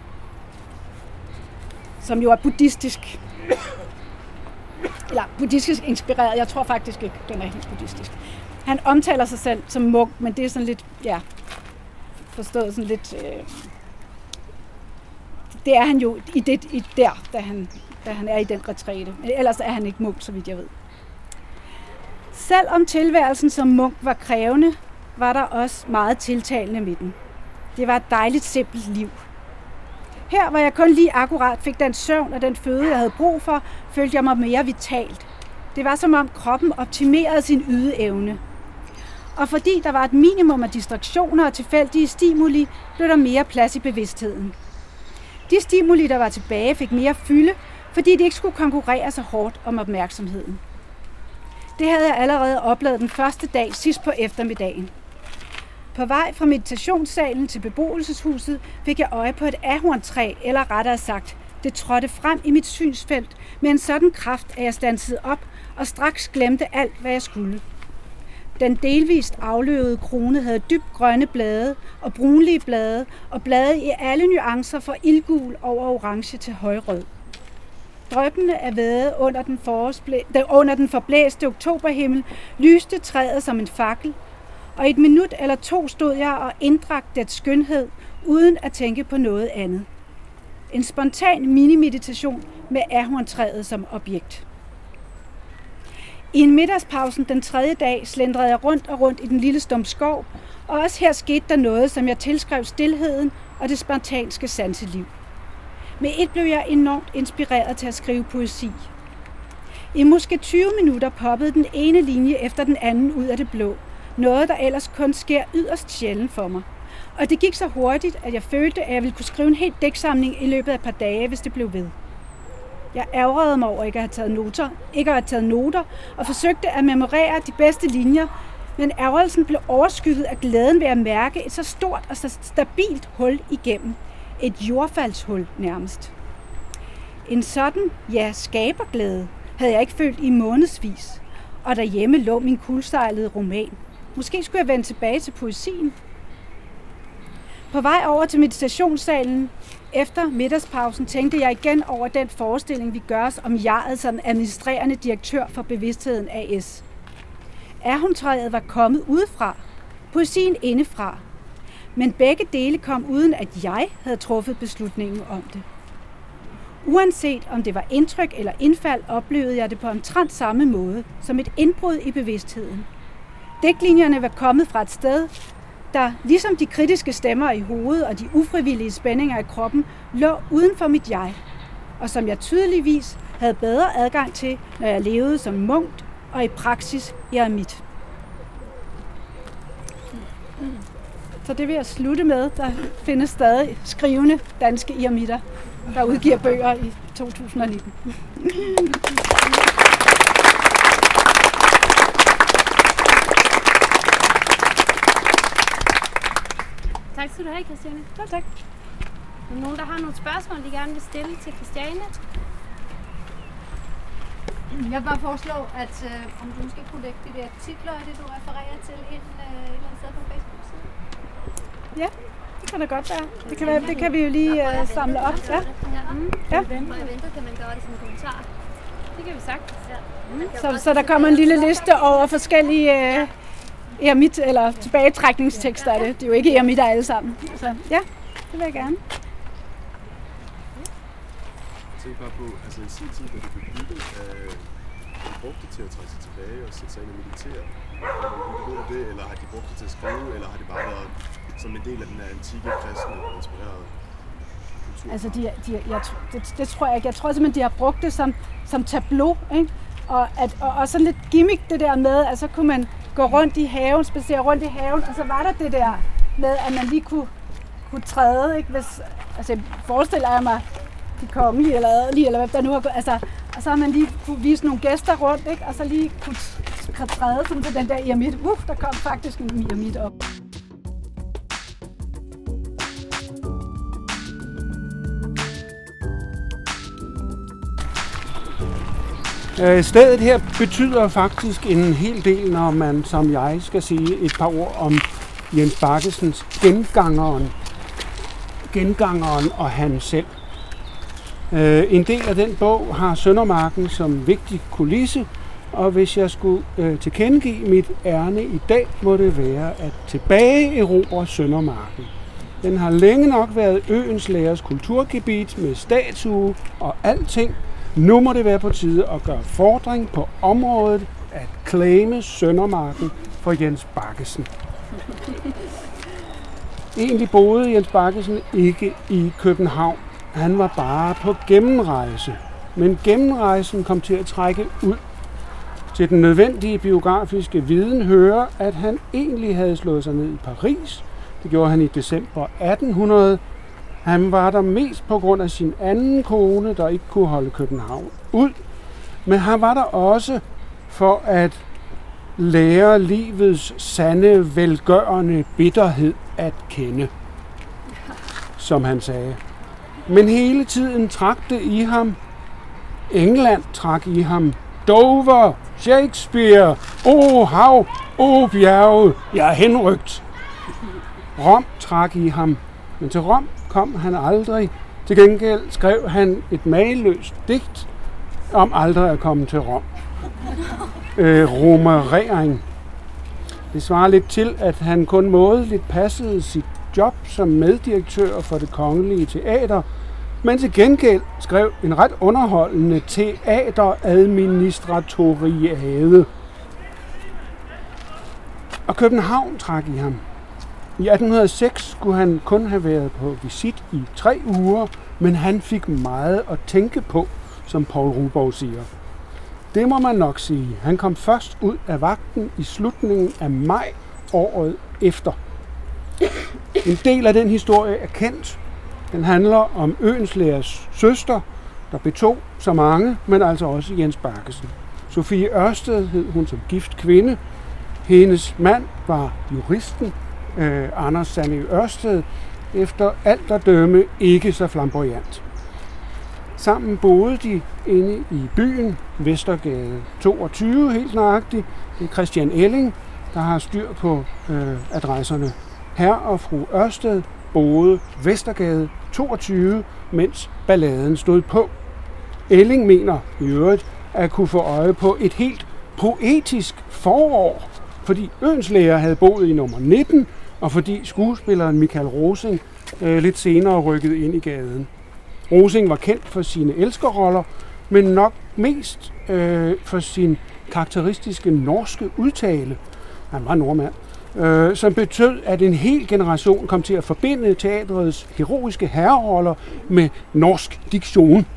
Speaker 5: som jo er buddhistisk. Eller buddhistisk inspireret. Jeg tror faktisk ikke, den er helt buddhistisk. Han omtaler sig selv som munk, men det er sådan lidt, ja, forstået sådan lidt, øh, det er han jo i det, i der, da han, da han er i den retræte. Men ellers er han ikke munk, så vidt jeg ved. Selvom tilværelsen som munk var krævende, var der også meget tiltalende med den. Det var et dejligt simpelt liv. Her, hvor jeg kun lige akkurat fik den søvn og den føde, jeg havde brug for, følte jeg mig mere vitalt. Det var som om kroppen optimerede sin ydeevne. Og fordi der var et minimum af distraktioner og tilfældige stimuli, blev der mere plads i bevidstheden. De stimuli, der var tilbage, fik mere fylde, fordi de ikke skulle konkurrere så hårdt om opmærksomheden. Det havde jeg allerede oplevet den første dag sidst på eftermiddagen. På vej fra meditationssalen til beboelseshuset fik jeg øje på et ahorntræ, eller rettere sagt, det trådte frem i mit synsfelt med en sådan kraft, at jeg standsede op og straks glemte alt, hvad jeg skulle. Den delvist afløvede krone havde dybt grønne blade og brunlige blade og blade i alle nuancer fra ildgul over orange til højrød. Dryppende af væde under den, under den forblæste oktoberhimmel lyste træet som en fakkel, og i et minut eller to stod jeg og inddrak dets skønhed, uden at tænke på noget andet. En spontan mini-meditation med ahorntræet som objekt. I en middagspausen den tredje dag slendrede jeg rundt og rundt i den lille stump skov, og også her skete der noget, som jeg tilskrev stilheden og det spontanske sanseliv. Med et blev jeg enormt inspireret til at skrive poesi. I måske tyve minutter poppede den ene linje efter den anden ud af det blå. Noget, der ellers kun sker yderst sjældent for mig. Og det gik så hurtigt, at jeg følte, at jeg ville kunne skrive en helt digtsamling i løbet af et par dage, hvis det blev ved. Jeg ærgerede mig over ikke at have taget noter, ikke at have taget noter og forsøgte at memorere de bedste linjer, men ærgerelsen blev overskygget af glæden ved at mærke et så stort og så stabilt hul igennem. Et jordfaldshul nærmest. En sådan, ja, skaberglæde havde jeg ikke følt i månedsvis, og derhjemme lå min kuldsejlede roman. Måske skulle jeg vende tilbage til poesien. På vej over til meditationssalen efter middagspausen tænkte jeg igen over den forestilling, vi gør os om jeget som administrerende direktør for Bevidstheden A S. Erhundtræet var kommet udefra, poesien indefra. Men begge dele kom uden, at jeg havde truffet beslutningen om det. Uanset om det var indtryk eller indfald, oplevede jeg det på omtrent samme måde, som et indbrud i bevidstheden. Digtlinjerne var kommet fra et sted, der, ligesom de kritiske stemmer i hovedet og de ufrivillige spændinger i kroppen, lå uden for mit jeg, og som jeg tydeligvis havde bedre adgang til, når jeg levede som munk og i praksis eremit. Så det vil jeg slutte med. Der findes stadig skrivende danske eremitter, der udgiver bøger i to tusind og nitten.
Speaker 3: Tak skal du have, Christiane.
Speaker 5: Ja, tak.
Speaker 3: Er der nogen, der har nogle spørgsmål, de gerne vil stille til Christiane?
Speaker 7: Jeg vil bare foreslå, at øh, om du måske kunne lægge de der titler og det, du refererer til, ind øh, et eller andet sted på Facebook-siden.
Speaker 5: Ja, det kan da godt være. Det kan, være, det kan vi jo lige øh, samle op. Ja.
Speaker 3: Mm.
Speaker 5: Ja.
Speaker 7: Hvor jeg venter, kan man gøre det som en kommentar.
Speaker 3: Det kan vi sagt.
Speaker 7: Ja.
Speaker 5: Så, så der kommer en lille liste over forskellige øh, eremit- eller tilbagetrækningstekster af det. Det er jo ikke eremitter alle sammen. Så ja, det vil jeg gerne.
Speaker 8: Jeg tænker bare på, altså i sin tid, da det blev bygget, øh, har de brugt det til at trække sig tilbage og sætte sig ind og meditere? Har man bygget det, eller har de brugt det til at skrive, eller har det bare været som en del af den antikke, kristne, inspirerede kultur?
Speaker 5: Altså, de, de, jeg, det, det tror jeg ikke. Jeg tror simpelthen, de har brugt det som, som tableau, ikke? Og, at, og, og sådan lidt gimmick det der med, at så kunne man gå rundt i haven, spacere rundt i haven, og så var der det der med, at man lige kunne, kunne træde, ikke? Hvis, altså, forestiller jeg mig, de kongelige eller adelige, eller hvad der nu har gået, altså, og så har man lige kunne vise nogle gæster rundt, ikke? Og så lige kunne træde sådan på den der eremit. Uh, der kom faktisk en eremit op.
Speaker 2: Stedet her betyder faktisk en hel del, når man som jeg skal sige et par ord om Jens Bakkesens Gengangeren, Gengangeren og han selv. En del af den bog har Søndermarken som vigtig kulisse, og hvis jeg skulle øh, tilkendegive mit ærne i dag, må det være at tilbageerobre Søndermarken. Den har længe nok været øens lærers kulturgebiet med statue og alting. Nu må det være på tide at gøre fordring på området at claime Søndermarken for Jens Bakkesen. Egentlig boede Jens Bakkesen ikke i København. Han var bare på gennemrejse. Men gennemrejsen kom til at trække ud. Til den nødvendige biografiske viden hører, at han egentlig havde slået sig ned i Paris. Det gjorde han i december atten hundrede. Han var der mest på grund af sin anden kone, der ikke kunne holde København ud. Men han var der også for at lære livets sande, velgørende bitterhed at kende, som han sagde. Men hele tiden trak det i ham. England trak i ham. Dover, Shakespeare, o hav, o bjerget, jeg er henrygt. Rom trak i ham, men til Rom kom han aldrig. Til gengæld skrev han et mageløst digt om aldrig at komme til Rom. Øh, romerering. Det svarer lidt til, at han kun mådeligt passede sit job som meddirektør for Det Kongelige Teater,
Speaker 9: men til gengæld skrev en ret underholdende teateradministratoriade. Og København trak i ham. I atten hundrede og seks skulle han kun have været på visit i tre uger, men han fik meget at tænke på, som Poul Ruborg siger. Det må man nok sige. Han kom først ud af vagten i slutningen af maj året efter. En del af den historie er kendt. Den handler om Oehlenschlägers søster, der betog så mange, men altså også Jens Baggesen. Sofie Ørsted hed hun som gift kvinde. Hendes mand var juristen, øh, Anders Sandø Ørsted, efter alt at dømme ikke så flamboyant. Sammen boede de inde i byen, Vestergade toogtyve helt nøjagtigt. Det er Christian Elling, der har styr på øh, adresserne. Herr og fru Ørsted boede Vestergade toogtyve, mens balladen stod på. Elling mener i øvrigt at kunne få øje på et helt poetisk forår, fordi Oehlenschläger havde boet i nummer nitten, og fordi skuespilleren Michael Rosing øh, lidt senere rykkede ind i gaden. Rosing var kendt for sine elskerroller, men nok mest øh, for sin karakteristiske norske udtale. Han var nordmand, øh, som betød, at en hel generation kom til at forbinde teatrets heroiske herreroller med norsk diktion.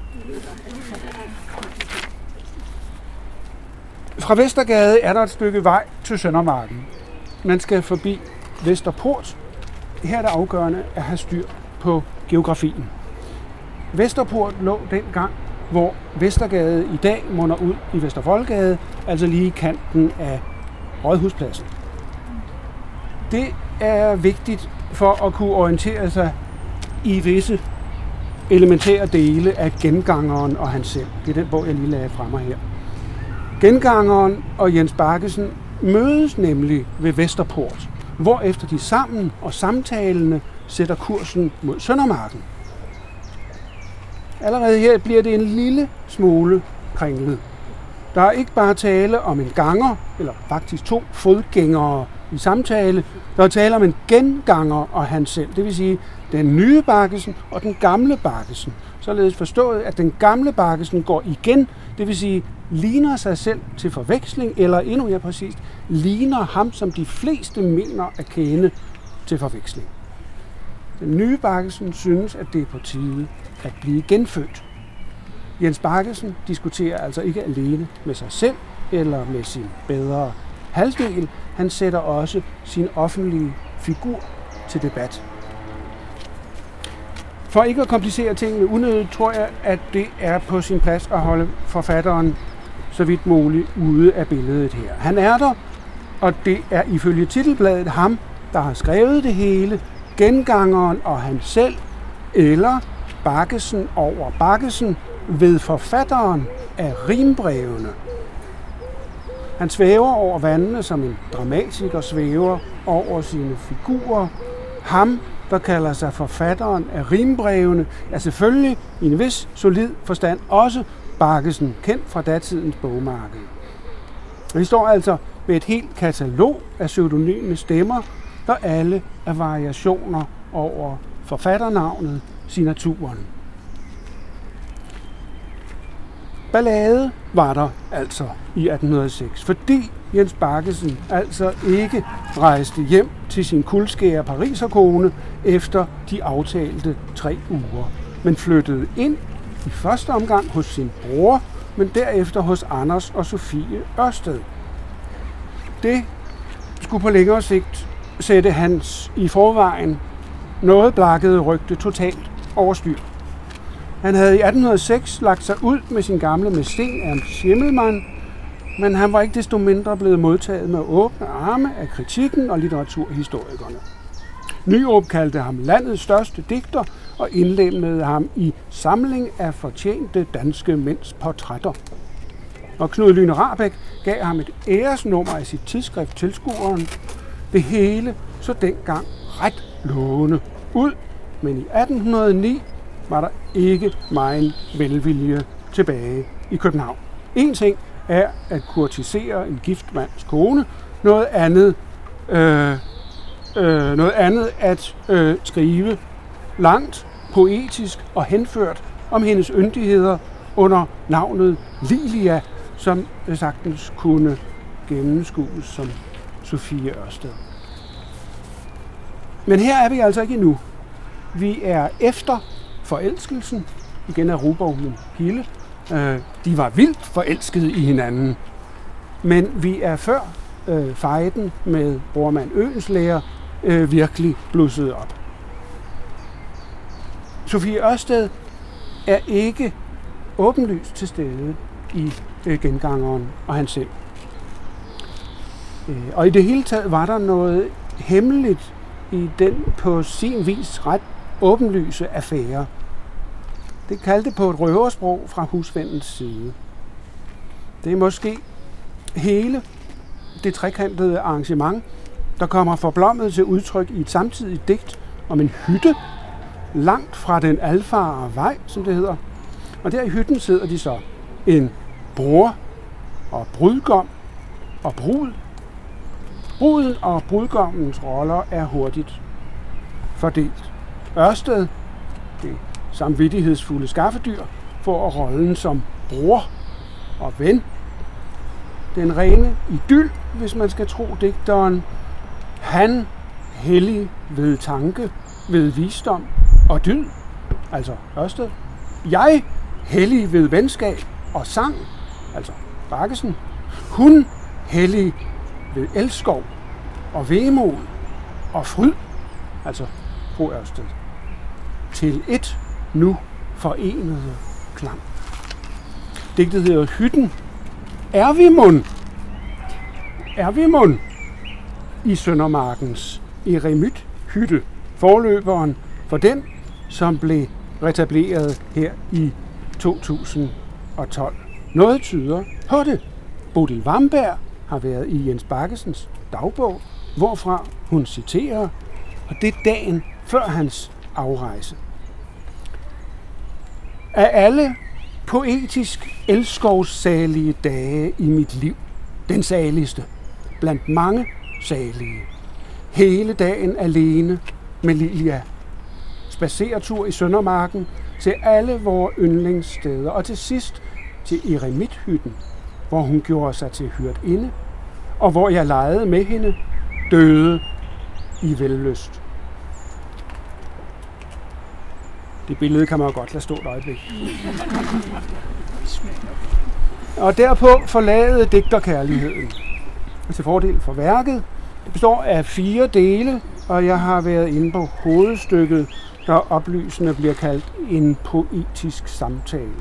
Speaker 9: Fra Vestergade er der et stykke vej til Søndermarken. Man skal forbi Vesterport. Her er det afgørende at have styr på geografien. Vesterport lå dengang, hvor Vestergade i dag munder ud i Vestervoldgade, altså lige i kanten af Rådhuspladsen. Det er vigtigt for at kunne orientere sig i visse elementære dele af Gengangeren og han selv. Det er den bog, jeg lige lagde frem her. Gengangeren og Jens Baggesen mødes nemlig ved Vesterport, hvorefter de sammen og samtalende sætter kursen mod Søndermarken. Allerede her bliver det en lille smule kringlet. Der er ikke bare tale om en ganger, eller faktisk to fodgængere i samtale. Der er tale om en genganger og han selv, det vil sige den nye Baggesen og den gamle Baggesen. Således forstået, at den gamle Baggesen går igen, det vil sige ligner sig selv til forveksling, eller endnu mere præcist, ligner ham, som de fleste mener at kende til forveksling. Den nye Baggesen synes, at det er på tide at blive genfødt. Jens Baggesen diskuterer altså ikke alene med sig selv eller med sin bedre halvdel. Han sætter også sin offentlige figur til debat. For ikke at komplicere tingene unødigt, tror jeg, at det er på sin plads at holde forfatteren så vidt muligt ude af billedet her. Han er der, og det er ifølge titelbladet ham, der har skrevet det hele, Gengangeren og han selv, eller Baggesen over Baggesen ved forfatteren af rimbrevene. Han svæver over vandene, som en dramatiker svæver over sine figurer. Ham, der kalder sig forfatteren af rimbrevene, er selvfølgelig i en vis solid forstand også Baggesen, kendt fra datidens bogmarked. Vi står altså med et helt katalog af pseudonyme stemmer, der alle er variationer over forfatternavnet signaturen. Ballade var der altså i atten hundrede og seks, fordi Jens Baggesen altså ikke rejste hjem til sin kuldskære pariserkone efter de aftalte tre uger, men flyttede ind i første omgang hos sin bror, men derefter hos Anders og Sofie Ørsted. Det skulle på længere sigt sætte hans i forvejen noget blakkede rygte totalt over styr. Han havde i atten hundrede og seks lagt sig ud med sin gamle mæcen Ernst Schimmelmann, men han var ikke desto mindre blevet modtaget med åbne arme af kritikken og litteraturhistorikerne. Nyrup kaldte ham landets største digter og indlemmede ham i samling af fortjente danske mænds portrætter. Og Knud Lyne Rahbek gav ham et æresnummer af sit tidsskrift Tilskueren. Det hele så dengang ret lovende ud, men i atten hundrede og ni var der ikke megen velvilje tilbage i København. En ting er at kurtisere en gift mands kone, noget andet, øh, øh, noget andet at øh, skrive langt poetisk og henført om hendes yndigheder under navnet Lilia, som sagtens kunne gennemskues som Sofie Ørsted. Men her er vi altså ikke endnu. Vi er efter forelskelsen. Igen er Ruborg min kilde. Øh, de var vildt forelskede i hinanden. Men vi er før øh, fejden med Brormand Øenslæger øh, virkelig blusset op. Sofie Ørsted er ikke åbenlyst til stede i øh, Gengangeren og han selv. Øh, og i det hele taget var der noget hemmeligt i den på sin vis ret åbenlyse affære. Det kaldte på et røversprog fra husvendens side. Det er måske hele det trekantede arrangement, der kommer forblommet til udtryk i et samtidigt digt om en hytte, langt fra den alfarede vej, som det hedder. Og der i hytten sidder de så en bror og brudgom og brud. Bruden og brudgommens roller er hurtigt fordelt. Ørsted, det samvittighedsfulde skaffedyr, får rollen som bror og ven. Den rene idyl, hvis man skal tro digteren. Han hellig ved tanke, ved visdom og dyd, altså Ørsted. Jeg hellig ved venskab og sang, altså Baggesen. Hun hellig ved elskov og vemod og fryd, altså fru Ørsted. Til et nu forenede klang. Digtet hedder Hytten. Er vi mund? Er vi mund? I Søndermarkens eremit hytte, forløberen for den, som blev retableret her i to tusind og tolv. Noget tyder på det. Bodil Wamberg har været i Jens Baggesens dagbog, hvorfra hun citerer, og det er dagen før hans afrejse. Af alle poetisk elskovssalige dage i mit liv, den saligste, blandt mange salige. Hele dagen alene med Lilia. Spaceretur i Søndermarken til alle vores yndlingssteder, og til sidst til eremithytten, hvor hun gjorde sig til hyrdinde, og hvor jeg legede med hende, døde i vellyst. Det billede kan man jo godt lade stå et øjeblik. Og derpå forlade digterkærligheden til fordel for værket. Det består af fire dele, og jeg har været inde på hovedstykket, der oplysende bliver kaldt en poetisk samtale.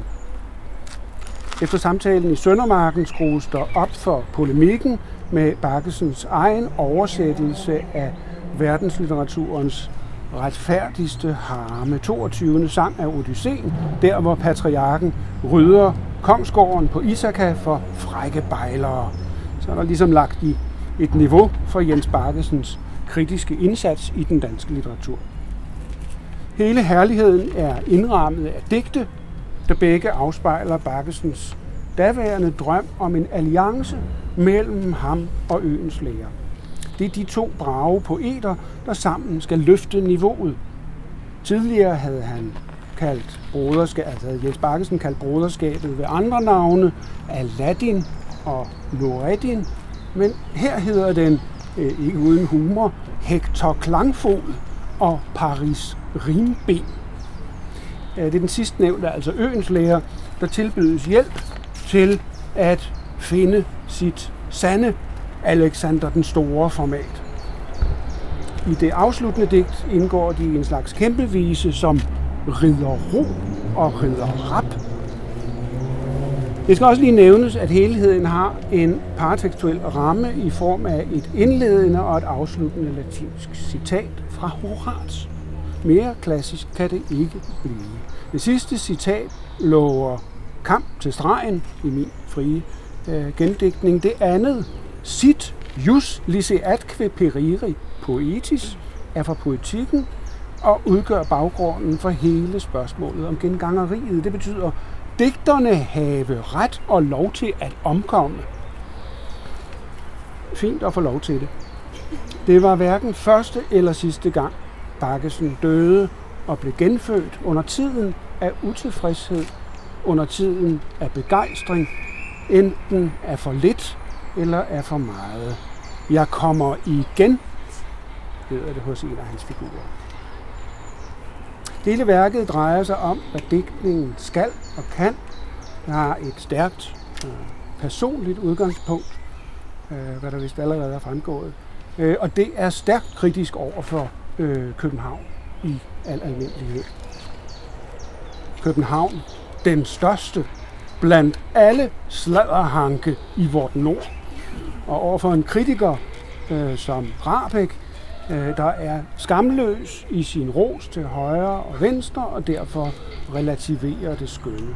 Speaker 9: Efter samtalen i Søndermarken skrues der op for polemikken med Baggesens egen oversættelse af verdenslitteraturens retfærdigste harme, toogtyvende sang af Odysseen, der hvor patriarken rydder kongsgården på Ithaka for frække bejlere. Så er der ligesom lagt i et niveau for Jens Baggesens kritiske indsats i den danske litteratur. Hele herligheden er indrammet af digte, der begge afspejler Baggesens daværende drøm om en alliance mellem ham og Øenslæger. Det er de to brave poeter, der sammen skal løfte niveauet. Tidligere havde han kaldt broderskabet, altså havde Jens Baggesen kaldt broderskabet ved andre navne, Aladdin og Noureddin, men her hedder den, øh, ikke uden humor, Hector Klangfod og Paris Rimben. Det er den sidste nævnte, altså Øenslæger, der tilbydes hjælp til at finde sit sande Alexander den Store format. I det afsluttende digt indgår de i en slags kæmpevise som Ridder Ro og Ridder Rap. Det skal også lige nævnes, at helheden har en paratekstuel ramme i form af et indledende og et afsluttende latinsk citat fra Horaz. Mere klassisk kan det ikke blive. Det sidste citat lover kamp til stregen i min frie øh, gendigtning. Det andet, sit jus liceatque periri poetis, er fra poetikken og udgør baggrunden for hele spørgsmålet om gengangeriet. Det betyder, digterne have ret og lov til at omkomme. Fint at få lov til det. Det var hverken første eller sidste gang Baggesen døde og blev genfødt under tiden af utilfredshed, under tiden af begejstring, enten af for lidt eller af for meget. Jeg kommer igen, hedder det hos en af hans figurer. Hele værket drejer sig om, hvad digtningen skal og kan. Det har et stærkt øh, personligt udgangspunkt, øh, hvad der vist allerede er fremgået. Øh, og det er stærkt kritisk over for øh, København i al almindelighed. København, den største blandt alle sladderhanke i vort nord. Og overfor en kritiker øh, som Rahbek, øh, der er skamløs i sin ros til højre og venstre, og derfor relativerer det skønne.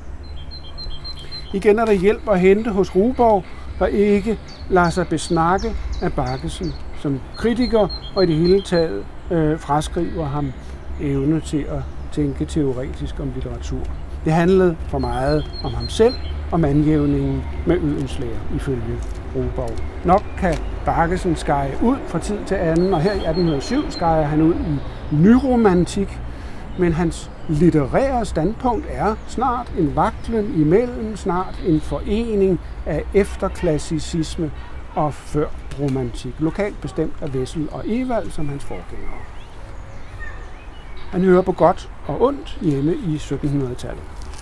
Speaker 9: Igen er der hjælp at hente hos Ruborg, der ikke lader sig besnakke af Baggesen som kritiker, og i det hele taget øh, fraskriver ham evne til at tænke teoretisk om litteratur. Det handlede for meget om ham selv og mandjævningen med Øenslæger, ifølge Ruborg. Nok kan Baggesen skære ud fra tid til anden, og her i atten hundrede og syv skærer han ud i nyromantik, men hans litterære standpunkt er snart en vaklen imellem, snart en forening af efterklassicisme og før romantik, lokalt bestemt af Wessel og Ewald som hans forgængere. Han hører på godt og ondt hjemme i syttenhundredetallet.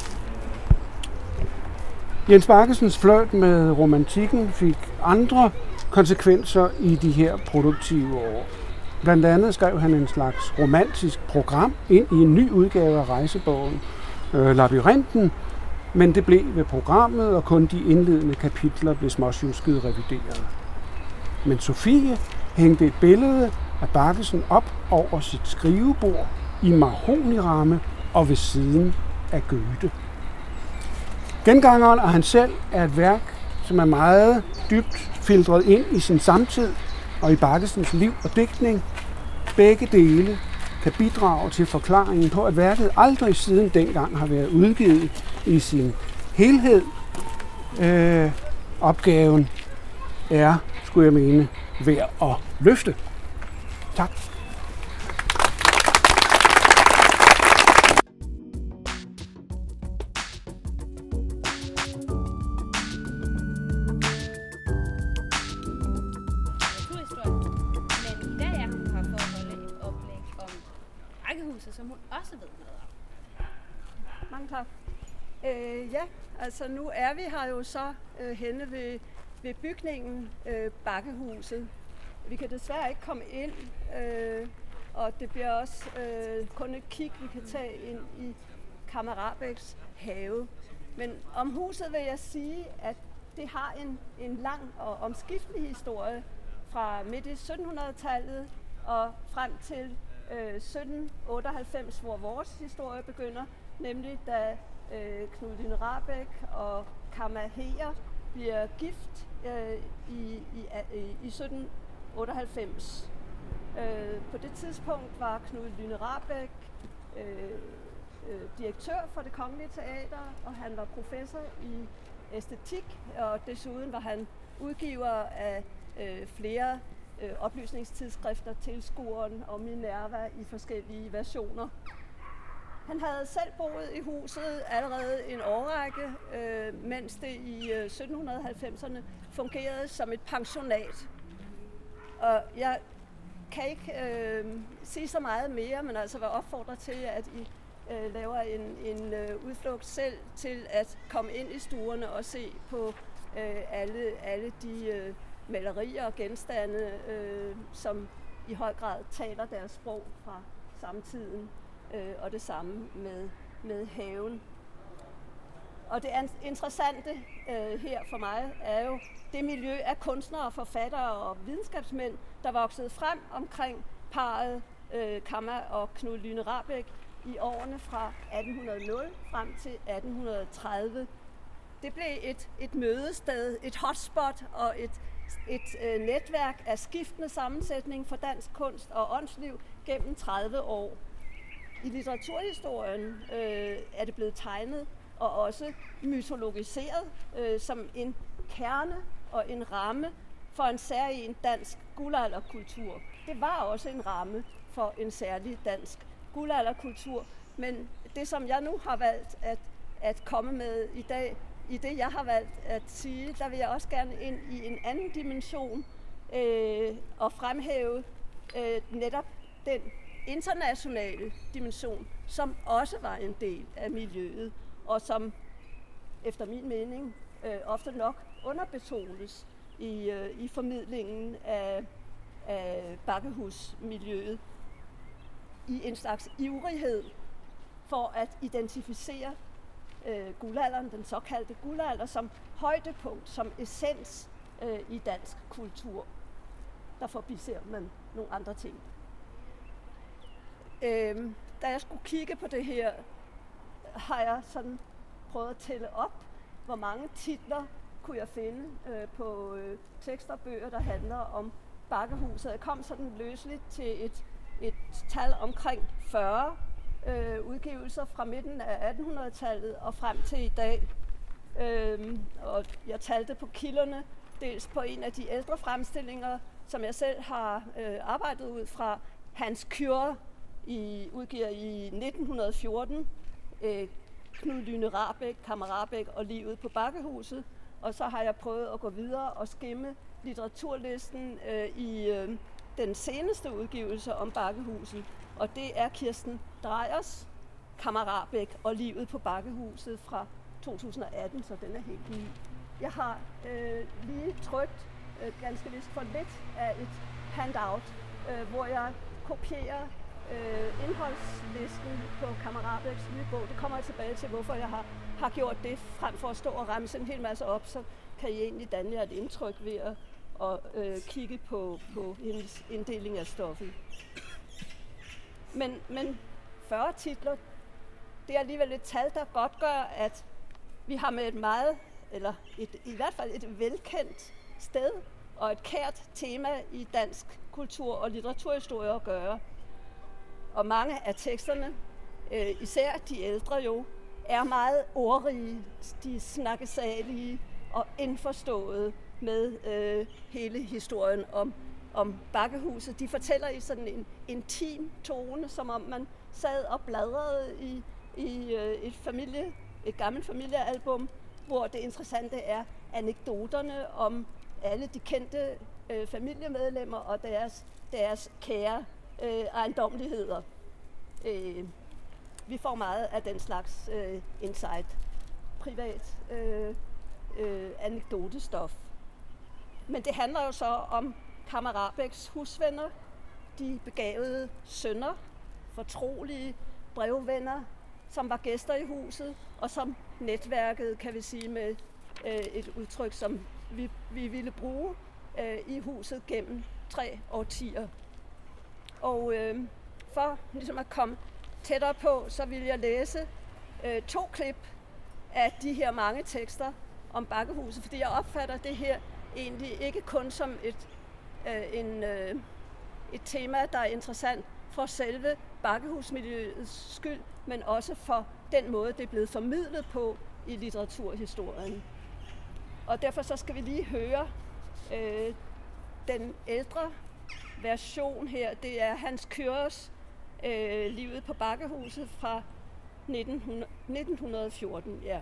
Speaker 9: Jens Baggesens flirt med romantikken fik andre konsekvenser i de her produktive år. Blandt andet skrev han en slags romantisk program ind i en ny udgave af rejsebogen øh, Labyrinten, men det blev ved programmet, og kun de indledende kapitler blev småsjusket revideret. Men Sofie hængte et billede af Baggesen op over sit skrivebord i mahognyramme og ved siden af Goethe. Gengangeren og han selv er et værk, som er meget dybt filtret ind i sin samtid og i Baggesens liv og digtning. Begge dele kan bidrage til forklaringen på, at værket aldrig siden dengang har været udgivet i sin helhed. Øh, opgaven er, skulle jeg mene, værd at løfte. Tak.
Speaker 3: Som hun også ved noget om.
Speaker 10: Mange tak. Øh, ja, altså nu er vi her jo så øh, henne ved, ved bygningen øh, Bakkehuset. Vi kan desværre ikke komme ind, øh, og det bliver også øh, kun et kig, vi kan tage ind i Kammer Rahbeks have. Men om huset vil jeg sige, at det har en, en lang og omskiftelig historie fra midt i syttenhundredetallet og frem til Øh, sytten otteoghalvfems, hvor vores historie begynder, nemlig da øh, Knud Lyne Rahbek og Kamma Heger bliver gift øh, i, i, i, i sytten otteoghalvfems. Øh, på det tidspunkt var Knud Lyne Rahbek øh, øh, direktør for Det Kongelige Teater, og han var professor i æstetik, og desuden var han udgiver af øh, flere Øh, oplysningstidsskrifter, Tilskueren og Minerva i forskellige versioner. Han havde selv boet i huset allerede en årrække, øh, mens det i øh, sytten halvfemserne fungerede som et pensionat. Og jeg kan ikke øh, sige så meget mere, men altså vil opfordre til, at I øh, laver en, en øh, udflugt selv til at komme ind i stuerne og se på øh, alle, alle de øh, malerier og genstande, øh, som i høj grad taler deres sprog fra samtiden, øh, og det samme med, med haven. Og det interessante øh, her for mig er jo det miljø af kunstnere, forfattere og videnskabsmænd, der voksede frem omkring parret øh, Kamma og Knud Lyne Rahbek i årene fra atten hundrede frem til atten tredive. Det blev et, et mødested, et hotspot og et et øh, netværk af skiftende sammensætning for dansk kunst og åndsliv gennem tredive år. I litteraturhistorien øh, er det blevet tegnet og også mytologiseret øh, som en kerne og en ramme for en særlig dansk guldalderkultur. Det var også en ramme for en særlig dansk guldalderkultur. Men det, som jeg nu har valgt at, at komme med i dag, i det, jeg har valgt at sige, der vil jeg også gerne ind i en anden dimension øh, og fremhæve øh, netop den internationale dimension, som også var en del af miljøet, og som efter min mening øh, ofte nok underbetones i, øh, i formidlingen af, af bakkehusmiljøet i en slags ivrighed for at identificere øh, guldalderen, den såkaldte guldalder, som højdepunkt, som essens øh, i dansk kultur. Der forbiser man nogle andre ting. Øh, da jeg skulle kigge på det her, har jeg sådan prøvet at tælle op, hvor mange titler kunne jeg finde øh, på øh, tekster og bøger, der handler om bakkehuset. Jeg kom sådan løsligt til et, et tal omkring fyrre øh, udgivelser fra midten af attenhundredetallet og frem til i dag. Øh, og jeg talte på kilderne, dels på en af de ældre fremstillinger, som jeg selv har øh, arbejdet ud fra. Hans Kjør i, udgiver i nitten fjorten øh, Knud Lyne Rahbek, Kammer Rahbek og Livet på Bakkehuset. Og så har jeg prøvet at gå videre og skimme litteraturlisten øh, i øh, den seneste udgivelse om Bakkehuset. Og det er Kirsten Drejers Kammer Rahbek og Livet på Bakkehuset fra to tusind og atten, så den er helt ny. Jeg har øh, lige trykt øh, ganske vist for lidt af et handout, øh, hvor jeg kopierer øh, indholdslisten på Kammer Rahbeks nye bog. Det kommer jeg tilbage til, hvorfor jeg har, har gjort det, frem for at stå og remse en hel masse op, så kan I egentlig danne jer et indtryk ved at og, øh, kigge på, på hendes inddeling af stoffet. Men, men fyrre titler, det er alligevel et tal, der godt gør, at vi har med et meget, eller et, i hvert fald et velkendt sted og et kært tema i dansk kultur- og litteraturhistorie at gøre. Og mange af teksterne, øh, især de ældre jo, er meget ordrige, de snakkesalige og indforståede med øh, hele historien om, om Bakkehuset. De fortæller i sådan en intim tone, som om man sad og bladrede i, i øh, et, familie, et gammelt familiealbum, hvor det interessante er anekdoterne om alle de kendte øh, familiemedlemmer og deres, deres kære øh, ejendommeligheder. Øh, vi får meget af den slags øh, insight, privat øh, øh, anekdotestof. Men det handler jo så om Kammer Rahbeks husvenner, de begavede sønner, fortrolige brevvenner, som var gæster i huset, og som netværket, kan vi sige, med øh, et udtryk, som vi, vi ville bruge øh, i huset gennem tre årtier. Og øh, for ligesom at komme tættere på, så vil jeg læse øh, to klip af de her mange tekster om Bakkehuset, fordi jeg opfatter det her egentlig ikke kun som et, øh, en, øh, et tema, der er interessant for selve bakkehusmiljøets skyld, men også for den måde, det er blevet formidlet på i litteraturhistorien. Og derfor så skal vi lige høre øh, den ældre version her. Det er Hans Kjørs øh, Livet på Bakkehuset fra nitten fjorten. Ja.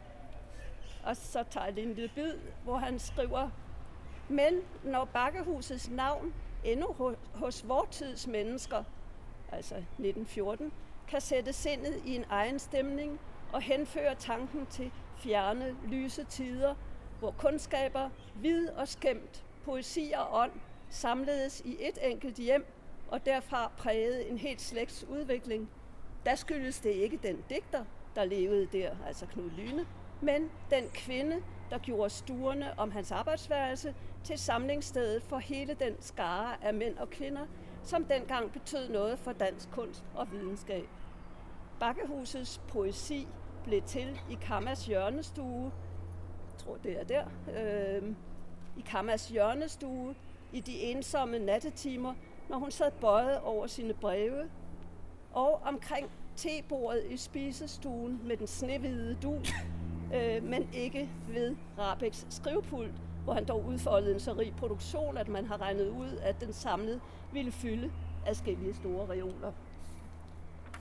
Speaker 10: Og så tager jeg lige en lille bid, hvor han skriver: Men når Bakkehusets navn endnu hos vor tids mennesker, altså nitten fjorten, kan sætte sindet i en egen stemning og henføre tanken til fjerne, lyse tider, hvor kundskaber, vid og skæmt, poesi og ånd samledes i et enkelt hjem og derfra prægede en helt slægts udvikling, der skyldes det ikke den digter, der levede der, altså Knud Lyne, men den kvinde, der gjorde stuerne om hans arbejdsværelse til samlingsstedet for hele den skare af mænd og kvinder, som dengang betød noget for dansk kunst og videnskab. Bakkehusets poesi blev til i Kammas hjørnestue, jeg tror det er der, øh, i Kammas hjørnestue, i de ensomme nattetimer, når hun sad bøjet over sine breve, og omkring tebordet i spisestuen med den snehvide dug, øh, men ikke ved Rahbeks skrivepult, hvor han dog udfoldede en så rig produktion, at man har regnet ud, at den samlet ville fylde adskillige store reoler.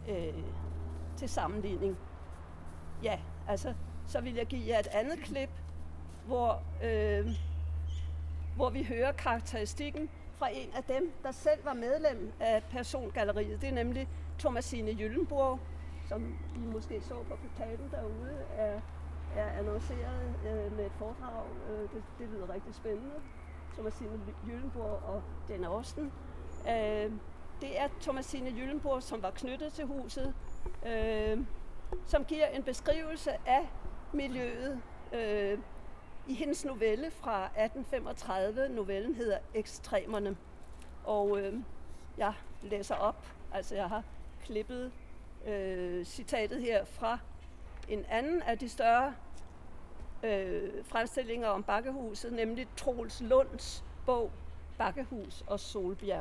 Speaker 10: øh, til sammenligning. Ja, altså, så vil jeg give jer et andet klip, hvor, øh, hvor vi hører karakteristikken fra en af dem, der selv var medlem af persongalleriet. Det er nemlig Thomasine Gyllenbourg, som I måske så på plakaten derude, er, er annonceret øh, med et foredrag. Øh, det, det lyder rigtig spændende. Thomasine Gyllenbourg og Jane Austen. Øh, det er Thomasine Gyllenbourg, som var knyttet til huset, øh, som giver en beskrivelse af miljøet øh, i hendes novelle fra atten femogtredive. Novellen hedder Ekstremerne. Og øh, jeg læser op, altså jeg har klippet øh, citatet her fra en anden af de større øh, fremstillinger om Bakkehuset, nemlig Troels Lunds bog Bakkehus og Solbjerg.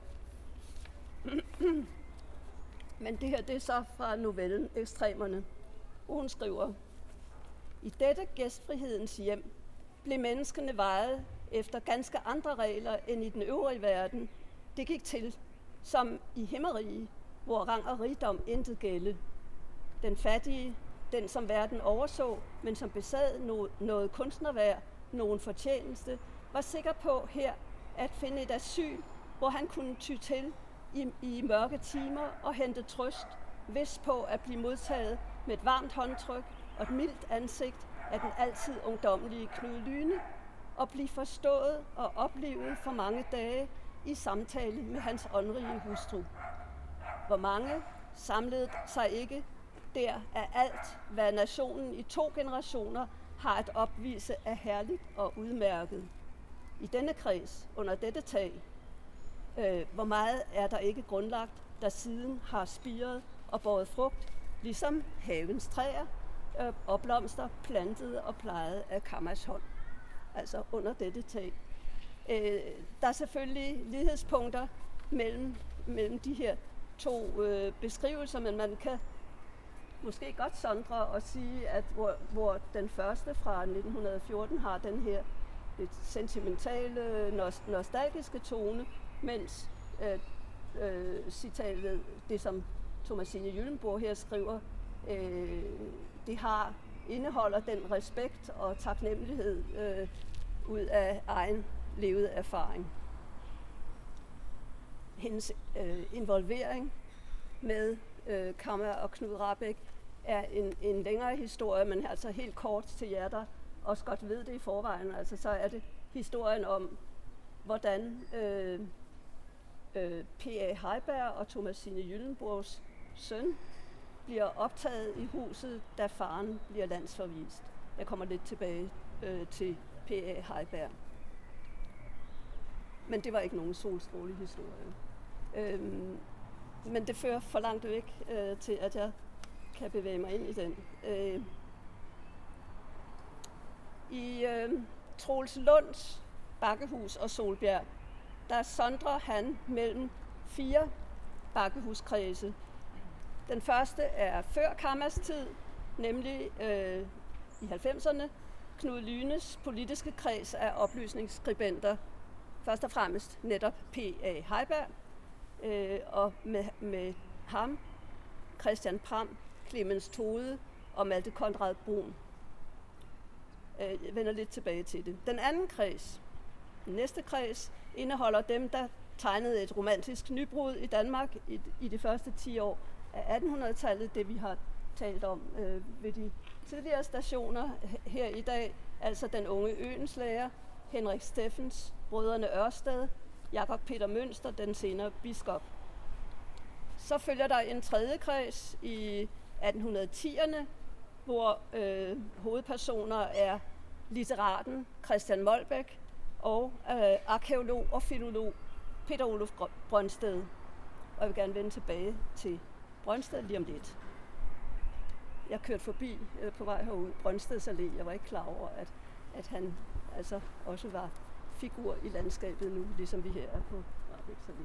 Speaker 10: Men det her, det er så fra novellen Ekstremerne, hvor hun skriver: I dette gæstfrihedens hjem blev menneskene vejet efter ganske andre regler end i den øvrige verden. Det gik til, som i himmerige, hvor rang og rigdom intet gælde. Den fattige, den som verden overså, men som besad noget, noget kunstnerværd, nogen fortjeneste, var sikker på her at finde et asyl, hvor han kunne ty til i, i mørke timer og hente trøst, vis på at blive modtaget med et varmt håndtryk og et mildt ansigt af den altid ungdommelige Knud Lyne, og blive forstået og oplevet for mange dage i samtale med hans åndrige hustru. Hvor mange samlede sig ikke der af alt, hvad nationen i to generationer har at opvise af herligt og udmærket. I denne kreds, under dette tag, øh, hvor meget er der ikke grundlagt, der siden har spiret og båret frugt, ligesom havens træer øh, og blomster plantede og plejet af Kammers hånd. Altså under dette tag. Øh, der er selvfølgelig lighedspunkter mellem, mellem de her to øh, beskrivelser, men man kan måske godt sondre og sige, at hvor, hvor den første fra nitten fjorten har den her lidt sentimentale, nostalgiske tone, mens øh, øh, citatet, det som Thomasine Gyllenbourg her skriver, øh, det har indeholder den respekt og taknemmelighed øh, ud af egen levet erfaring. Hendes øh, involvering med øh, Kamma og Knud Rahbek er en, en længere historie, men altså helt kort til jer, der også godt ved det i forvejen. Altså så er det historien om, hvordan øh, øh, P A Heiberg og Thomasine Gyllenbourgs søn bliver optaget i huset, da faren bliver landsforvist. Jeg kommer lidt tilbage øh, til P A Heiberg. Men det var ikke nogen solstrålig historie. Øhm, men det fører for langt væk øh, til, at jeg kan bevæge mig ind i den. Øh, I øh, Troels Lunds Bakkehus og Solbjerg, der sondrer han mellem fire bakkehuskredse. Den første er før Kammas tid, nemlig øh, i halvfemserne, Knud Lynes politiske kreds af oplysningsskribenter. Først og fremmest netop P A Heiberg, øh, og med, med ham, Christian Pram, Clemens Tode og Malte Konrad Brun. Øh, jeg vender lidt tilbage til det. Den anden kreds, den næste kreds, indeholder dem, der tegnede et romantisk nybrud i Danmark i, i de første ti år af attenhundredetallet, det vi har talt om øh, ved de tidligere stationer her i dag, altså den unge Øenslager, Henrik Steffens, brødrene Ørsted, Jakob Peter Mønster, den senere biskop. Så følger der en tredje kreds i atten tierne, hvor øh, hovedpersoner er litteraten Christian Molbech og øh, arkæolog og filolog Peter Olof Brøndsted. Og jeg vil gerne vende tilbage til Brøndsted lige om lidt. Jeg kørte forbi øh, på vej herud Brøndsteds Allé. Jeg var ikke klar over, at, at han altså også var figur i landskabet nu, ligesom vi her er på Rahbeks Allé.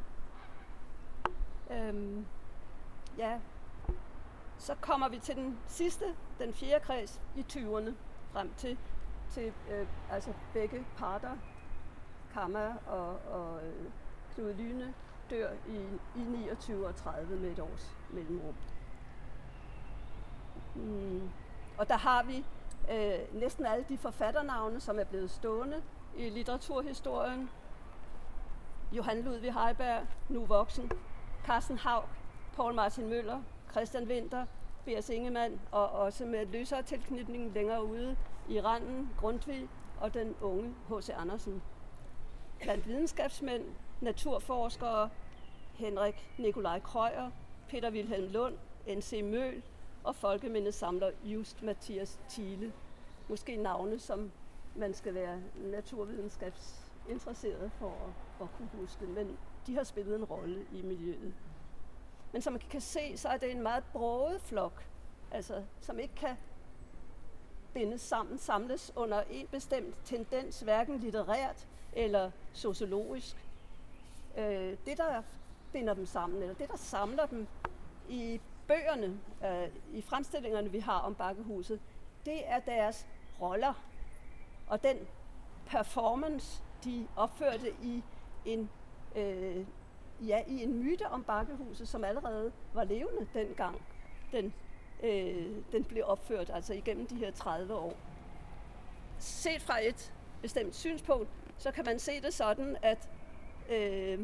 Speaker 10: Øhm, ja, så kommer vi til den sidste, den fjerde kreds i tyverne, frem til, til øh, altså begge parter, Kamma og, og øh, Knud Lyne, dør i, i niogtyve og tredive med et års mellemrum. Mm. Og der har vi øh, næsten alle de forfatternavne, som er blevet stående i litteraturhistorien. Johan Ludvig Heiberg, nu voksen, Carsten Hauch, Poul Martin Møller, Christian Winther, B S Ingemann, og også med løsere tilknytning længere ude i Randen, Grundtvig og den unge H C Andersen. Blandt videnskabsmænd, naturforskere, Henrik Nikolaj Krøyer, Peter Wilhelm Lund, N C Møhl og folkemindesamler Just Mathias Thiele. Måske navne, som man skal være naturvidenskabsinteresseret for at, at kunne huske, men de har spillet en rolle i miljøet. Men som man kan se, så er det en meget broget flok, altså, som ikke kan bindes sammen, samles under en bestemt tendens, hverken litterært eller sociologisk. Øh, det, der binder dem sammen, eller det, der samler dem i bøgerne, øh, i fremstillingerne, vi har om Bakkehuset, det er deres roller og den performance, de opførte i en, øh, ja, i en myte om Bakkehuset, som allerede var levende dengang den, øh, den blev opført, altså igennem de her tredive år. Set fra et bestemt synspunkt, så kan man se det sådan, at, øh,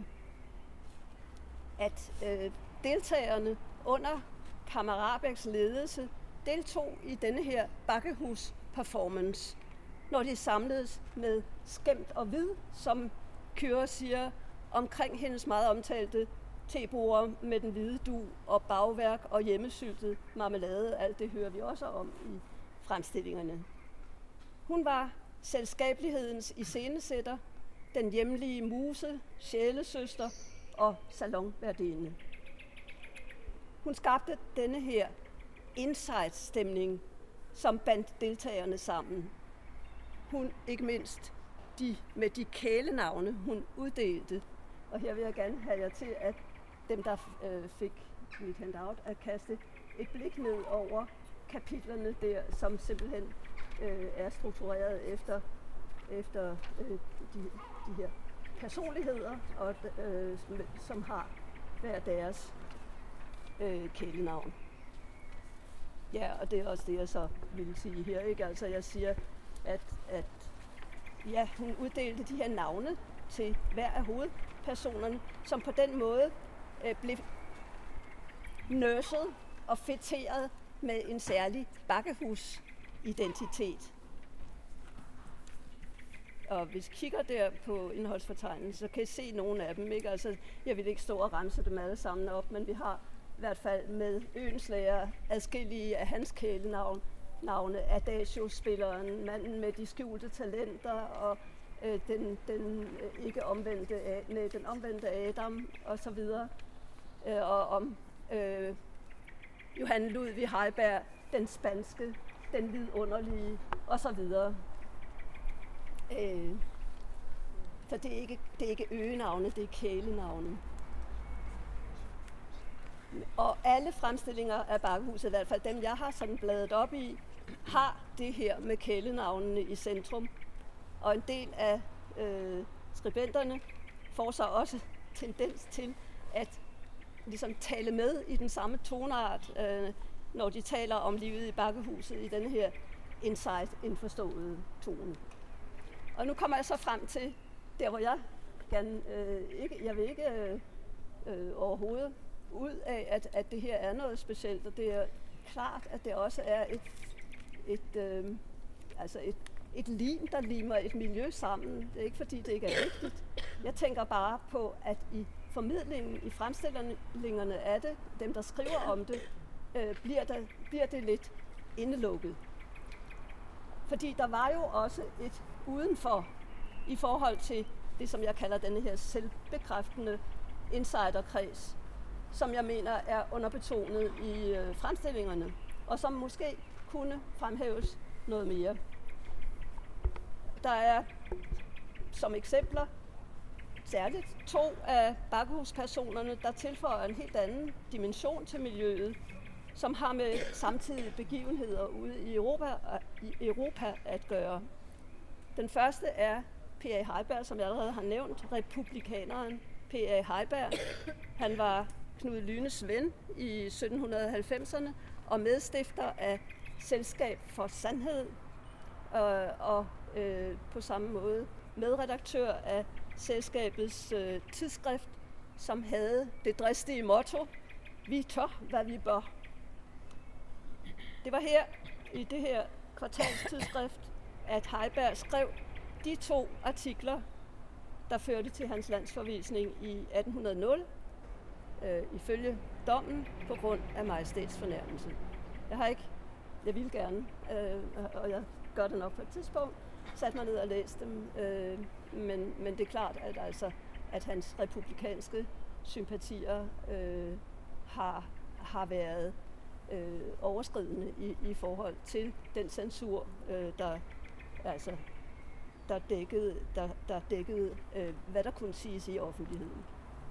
Speaker 10: at øh, deltagerne under Kammer Rahbeks ledelse deltog i denne her Bakkehus-performance, når de samledes med skæmt og vid, som Kyrre siger, omkring hendes meget omtalte tebord med den hvide dug og bagværk og hjemmesyltet marmelade. Alt det hører vi også om i fremstillingerne. Hun var selskabelighedens iscenesætter, den hjemlige muse, sjælesøster og salonværdinde. Hun skabte denne her insight-stemning, som bandt deltagerne sammen. Hun, ikke mindst de, med de kælenavne, hun uddelte. Og her vil jeg gerne have jer til, at dem, der øh, fik mit handout, at kaste et blik ned over kapitlerne der, som simpelthen øh, er struktureret efter, efter øh, de, de her personligheder, og, øh, som har hver deres øh, kælenavn. Ja, og det er også det, jeg så vil sige her, ikke? Altså, jeg siger, at, at ja, hun uddelte de her navne til hver af hovedpersonerne, som på den måde øh, blev nørset og fætteret med en særlig Bakkehus-identitet. Og hvis I kigger der på indholdsfortegnelsen, så kan I se nogle af dem, ikke? Altså, jeg vil ikke stå og remse dem alle sammen op, men vi har i hvert fald med Øenslager adskillige af hans kælenavn, navne, Adagio-spilleren, manden med de skjulte talenter, og øh, den, den øh, ikke omvendte, nej, den omvendte Adam, og så videre. Øh, og om øh, Johan Ludvig Heiberg, den spanske, den vidunderlige, og så videre. Øh, så det er ikke, det er ikke øgenavne, det er kælenavne. Og alle fremstillinger af Bakkehuset, i hvert fald dem, jeg har sådan bladet op i, har det her med kælenavnene i centrum. Og en del af øh, skribenterne får så også tendens til at ligesom tale med i den samme tonart, øh, når de taler om livet i Bakkehuset i denne her insight, indforståede tone. Og nu kommer jeg så frem til der, hvor jeg gerne øh, ikke, jeg vil ikke øh, øh, overhovedet ud af, at, at det her er noget specielt, og det er klart, at det også er et, et, øh, altså et, et lim, der limer et miljø sammen. Det er ikke fordi, det ikke er vigtigt. Jeg tænker bare på, at i formidlingen, i fremstillingerne af det, dem der skriver om det, øh, bliver, der, bliver det lidt indelukket. Fordi der var jo også et udenfor i forhold til det, som jeg kalder denne her selvbekræftende insiderkreds, som jeg mener er underbetonet i øh, fremstillingerne, og som måske kunne fremhæves noget mere. Der er som eksempler særligt to af Bakkehus-personerne, der tilføjer en helt anden dimension til miljøet, som har med samtidige begivenheder ude i Europa, i Europa at gøre. Den første er P A Heiberg, som jeg allerede har nævnt, republikaneren P A Heiberg. Han var Knud Lynes ven i sytten halvfemserne og medstifter af Selskab for Sandhed, og, og øh, på samme måde medredaktør af selskabets øh, tidsskrift, som havde det dristige motto: vi tør, hvad vi bør. Det var her, i det her kvartalstidsskrift, at Heiberg skrev de to artikler, der førte til hans landsforvisning i atten hundrede, øh, ifølge dommen på grund af majestætsfornærmelse. Jeg har ikke, jeg ville gerne, øh, og jeg gør det nok på et tidspunkt, sat mig ned og læst dem, øh, men, men det er klart, at, altså, at hans republikanske sympatier øh, har, har været øh, overskridende i, i forhold til den censur, øh, der, altså, der dækkede, der, der dækkede øh, hvad der kunne siges i offentligheden.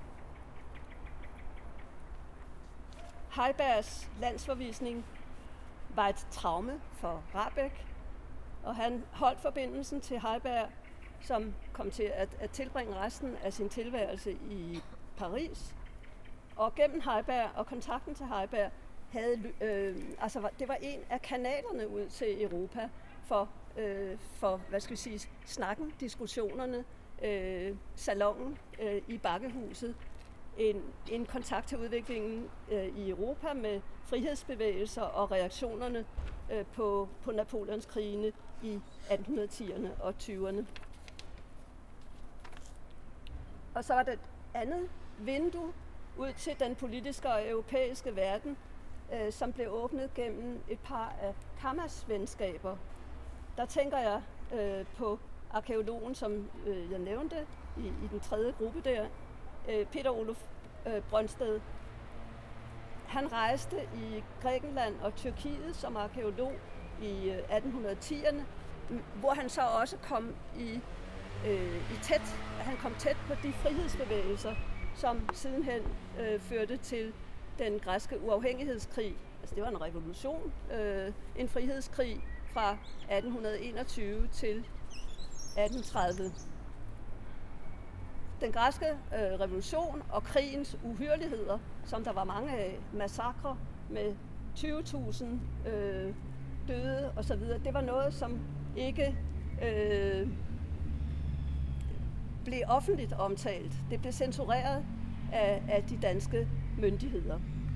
Speaker 10: Heibergs landsforvisning var et traume for Rahbek, og han holdt forbindelsen til Heiberg, som kom til at, at tilbringe resten af sin tilværelse i Paris. Og gennem Heiberg og kontakten til Heiberg havde, øh, altså det var en af kanalerne ud til Europa for, øh, for hvad skal vi sige, snakken, diskussionerne, øh, salongen øh, i Bakkehuset. En, en kontakt til udviklingen øh, i Europa med frihedsbevægelser og reaktionerne øh, på, på Napoleonskrigene i atten tierne og tyverne. Og så var der et andet vindue ud til den politiske og europæiske verden, øh, som blev åbnet gennem et par af Kammers venskaber. Der tænker jeg øh, på arkæologen, som øh, jeg nævnte i, i den tredje gruppe der, øh, Peter Olof øh, Brøndsted. Han rejste i Grækenland og Tyrkiet som arkæolog i øh, atten tierne, hvor han så også kom i, øh, i tæt, han kom tæt på de frihedsbevægelser, som sidenhen øh, førte til den græske uafhængighedskrig. Altså det var en revolution, øh, en frihedskrig fra atten enogtyve til atten tredive. Den græske øh, revolution og krigens uhyrligheder, som der var mange af, massakrer med tyve tusind øh, døde osv., det var noget, som ikke øh, blev offentligt omtalt. Det blev censureret af, af de danske myndigheder.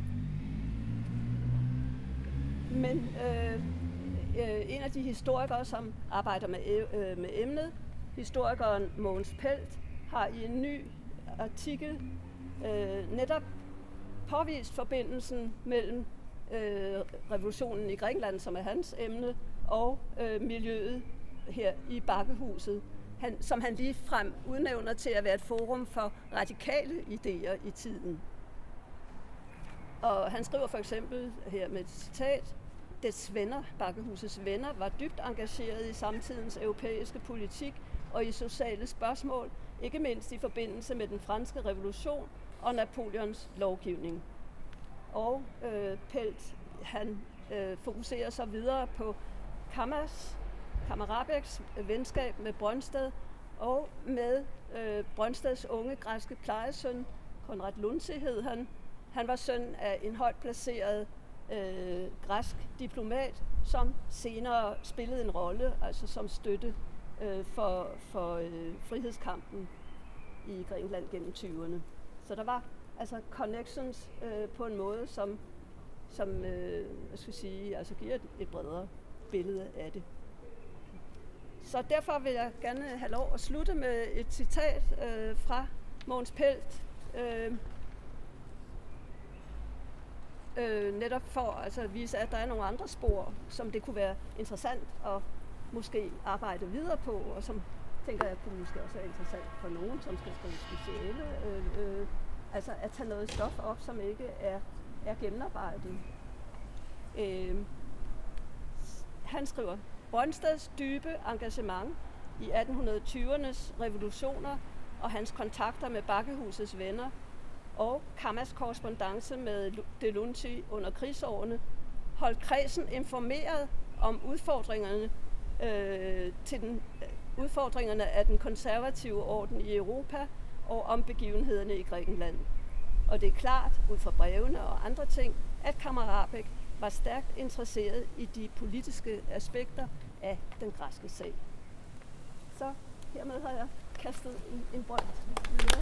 Speaker 10: Men øh, øh, en af de historikere, som arbejder med, øh, med emnet, historikeren Mogens Pelt, har i en ny artikel øh, netop påvist forbindelsen mellem øh, revolutionen i Grækenland, som er hans emne, og øh, miljøet her i Bakkehuset, han, som han lige frem udnævner til at være et forum for radikale idéer i tiden. Og han skriver for eksempel her med et citat: dets venner, Bakkehusets venner, var dybt engageret i samtidens europæiske politik og i sociale spørgsmål, ikke mindst i forbindelse med den franske revolution og Napoleons lovgivning. Og øh, Pelt, han øh, fokuserer så videre på Kammers, Kammer Rahbeks venskab med Brøndsted og med øh, Brøndsteds unge græske plejesøn, Konrad Lunzi hed han. Han var søn af en højt placeret øh, græsk diplomat, som senere spillede en rolle, altså som støtte øh, for, for øh, frihedskampen i Grækenland gennem tyverne. Så der var altså connections øh, på en måde, som, som øh, jeg skal sige, altså giver et, et bredere billede af det. Så derfor vil jeg gerne have lov at slutte med et citat øh, fra Mogens Pelt, øh, øh, netop for altså, at vise, at der er nogle andre spor, som det kunne være interessant at måske arbejde videre på, og som tænker jeg kunne måske også være interessant for nogen, som skal skrive specielle. Øh, øh, altså at tage noget stof op, som ikke er, er gennemarbejdet. Øh, han skriver: Brøndsteds dybe engagement i atten tyvernes revolutioner og hans kontakter med Bakkehusets venner og Kammers korrespondance med de Lunzi under krigsårene holdt kredsen informeret om udfordringerne, øh, til den, udfordringerne af den konservative orden i Europa og om begivenhederne i Grækenland. Og det er klart, ud fra brevene og andre ting, at Kammer Rahbek var stærkt interesseret i de politiske aspekter af den græske sag. Så hermed har jeg kastet en, en bold videre.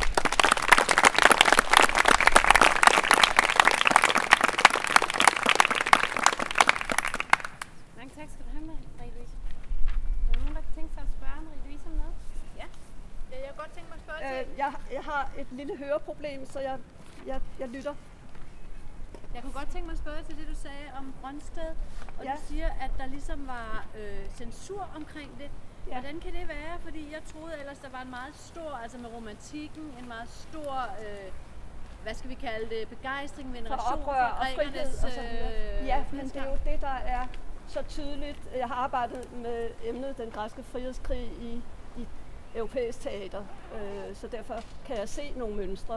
Speaker 3: Mange tak skal du have med, Marie-Louise. Er der nogen, der kan tænke sig at spørge Marie-Louise om noget?
Speaker 7: Ja. Ja, jeg kan godt tænke mig at spørge til.
Speaker 10: Øh, jeg, jeg har et lille høreproblem, så jeg, jeg, jeg lytter.
Speaker 7: Jeg kunne godt tænke mig at spørge til det, du sagde om Brøndsted. Og
Speaker 10: Ja.
Speaker 7: du siger, at der ligesom var øh, censur omkring det.
Speaker 10: Ja.
Speaker 7: Hvordan kan det være? Fordi jeg troede ellers, der var en meget stor, altså med romantikken, en meget stor, øh, hvad skal vi kalde det, begejstring,
Speaker 10: For
Speaker 7: veneration
Speaker 10: oprør
Speaker 7: for
Speaker 10: og frihed
Speaker 7: grækernes
Speaker 10: og så videre.
Speaker 7: øh,
Speaker 10: Ja, men det er
Speaker 7: frihedskamp.
Speaker 10: jo det, der er så tydeligt. Jeg har arbejdet med emnet den græske frihedskrig i, i europæisk teater, øh, så derfor kan jeg se nogle mønstre.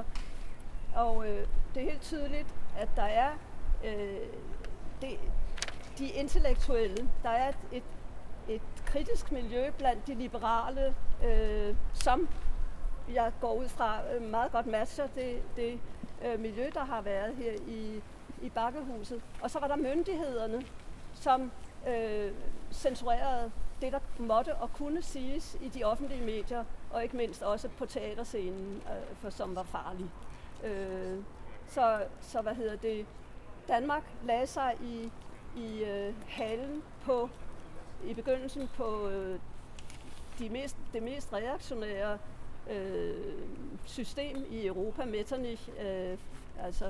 Speaker 10: Og øh, det er helt tydeligt, at der er øh, det, de intellektuelle, der er et, et, et kritisk miljø blandt de liberale, øh, som jeg går ud fra øh, meget godt matcher det, det øh, miljø, der har været her i, i Bakkehuset. Og så var der myndighederne, som øh, censurerede det, der måtte og kunne siges i de offentlige medier, og ikke mindst også på teaterscenen, øh, for som var farlig. Øh, så, så hvad hedder det? Danmark lagde sig i, i øh, halen på, i begyndelsen på øh, de mest, det mest reaktionære øh, system i Europa, Metternich, øh, altså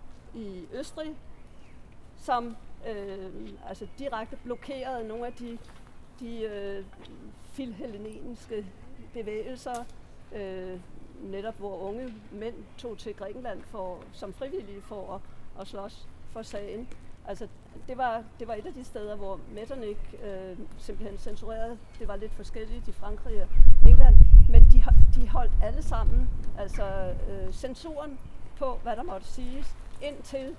Speaker 10: i Østrig, som øh, altså direkte blokerede nogle af de, de øh, filhelleniske bevægelser, øh, netop hvor unge mænd tog til Grækenland for, som frivillige for at, at slås for sagen. Altså, det var, det var et af de steder, hvor Metternich øh, simpelthen censurerede. Det var lidt forskelligt i Frankrig og England, men de, de holdt alle sammen altså øh, censuren på, hvad der måtte siges, indtil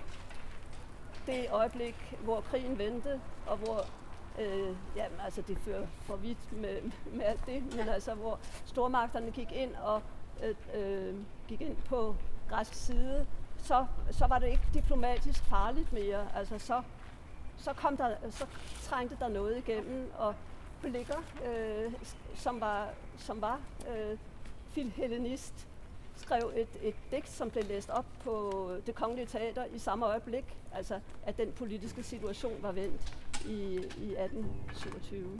Speaker 10: det øjeblik, hvor krigen vendte, og hvor øh, jamen, altså det fører for vidt med, med alt det, men altså hvor stormagterne gik ind og øh, øh, gik ind på græsk side, så, så var det ikke diplomatisk farligt mere. Altså så, så, kom der, så trængte der noget igennem, og Blicher, øh, som var, som var øh, filhellenist, skrev et, et digt, som blev læst op på Det Kongelige Teater i samme øjeblik, altså at den politiske situation var vendt i, i atten syvogtyve.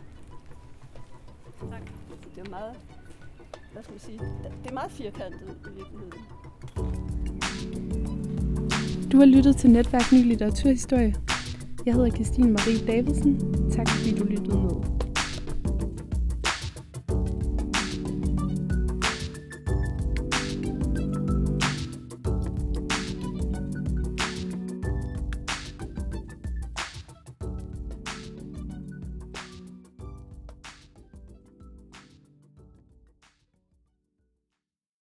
Speaker 10: Tak. Det er meget, hvad skal man sige, det er meget firkantet i virkeligheden.
Speaker 4: Du har lyttet til Netværk Ny Litteraturhistorie. Jeg hedder Christine Marie Davidsen. Tak fordi du lyttede med.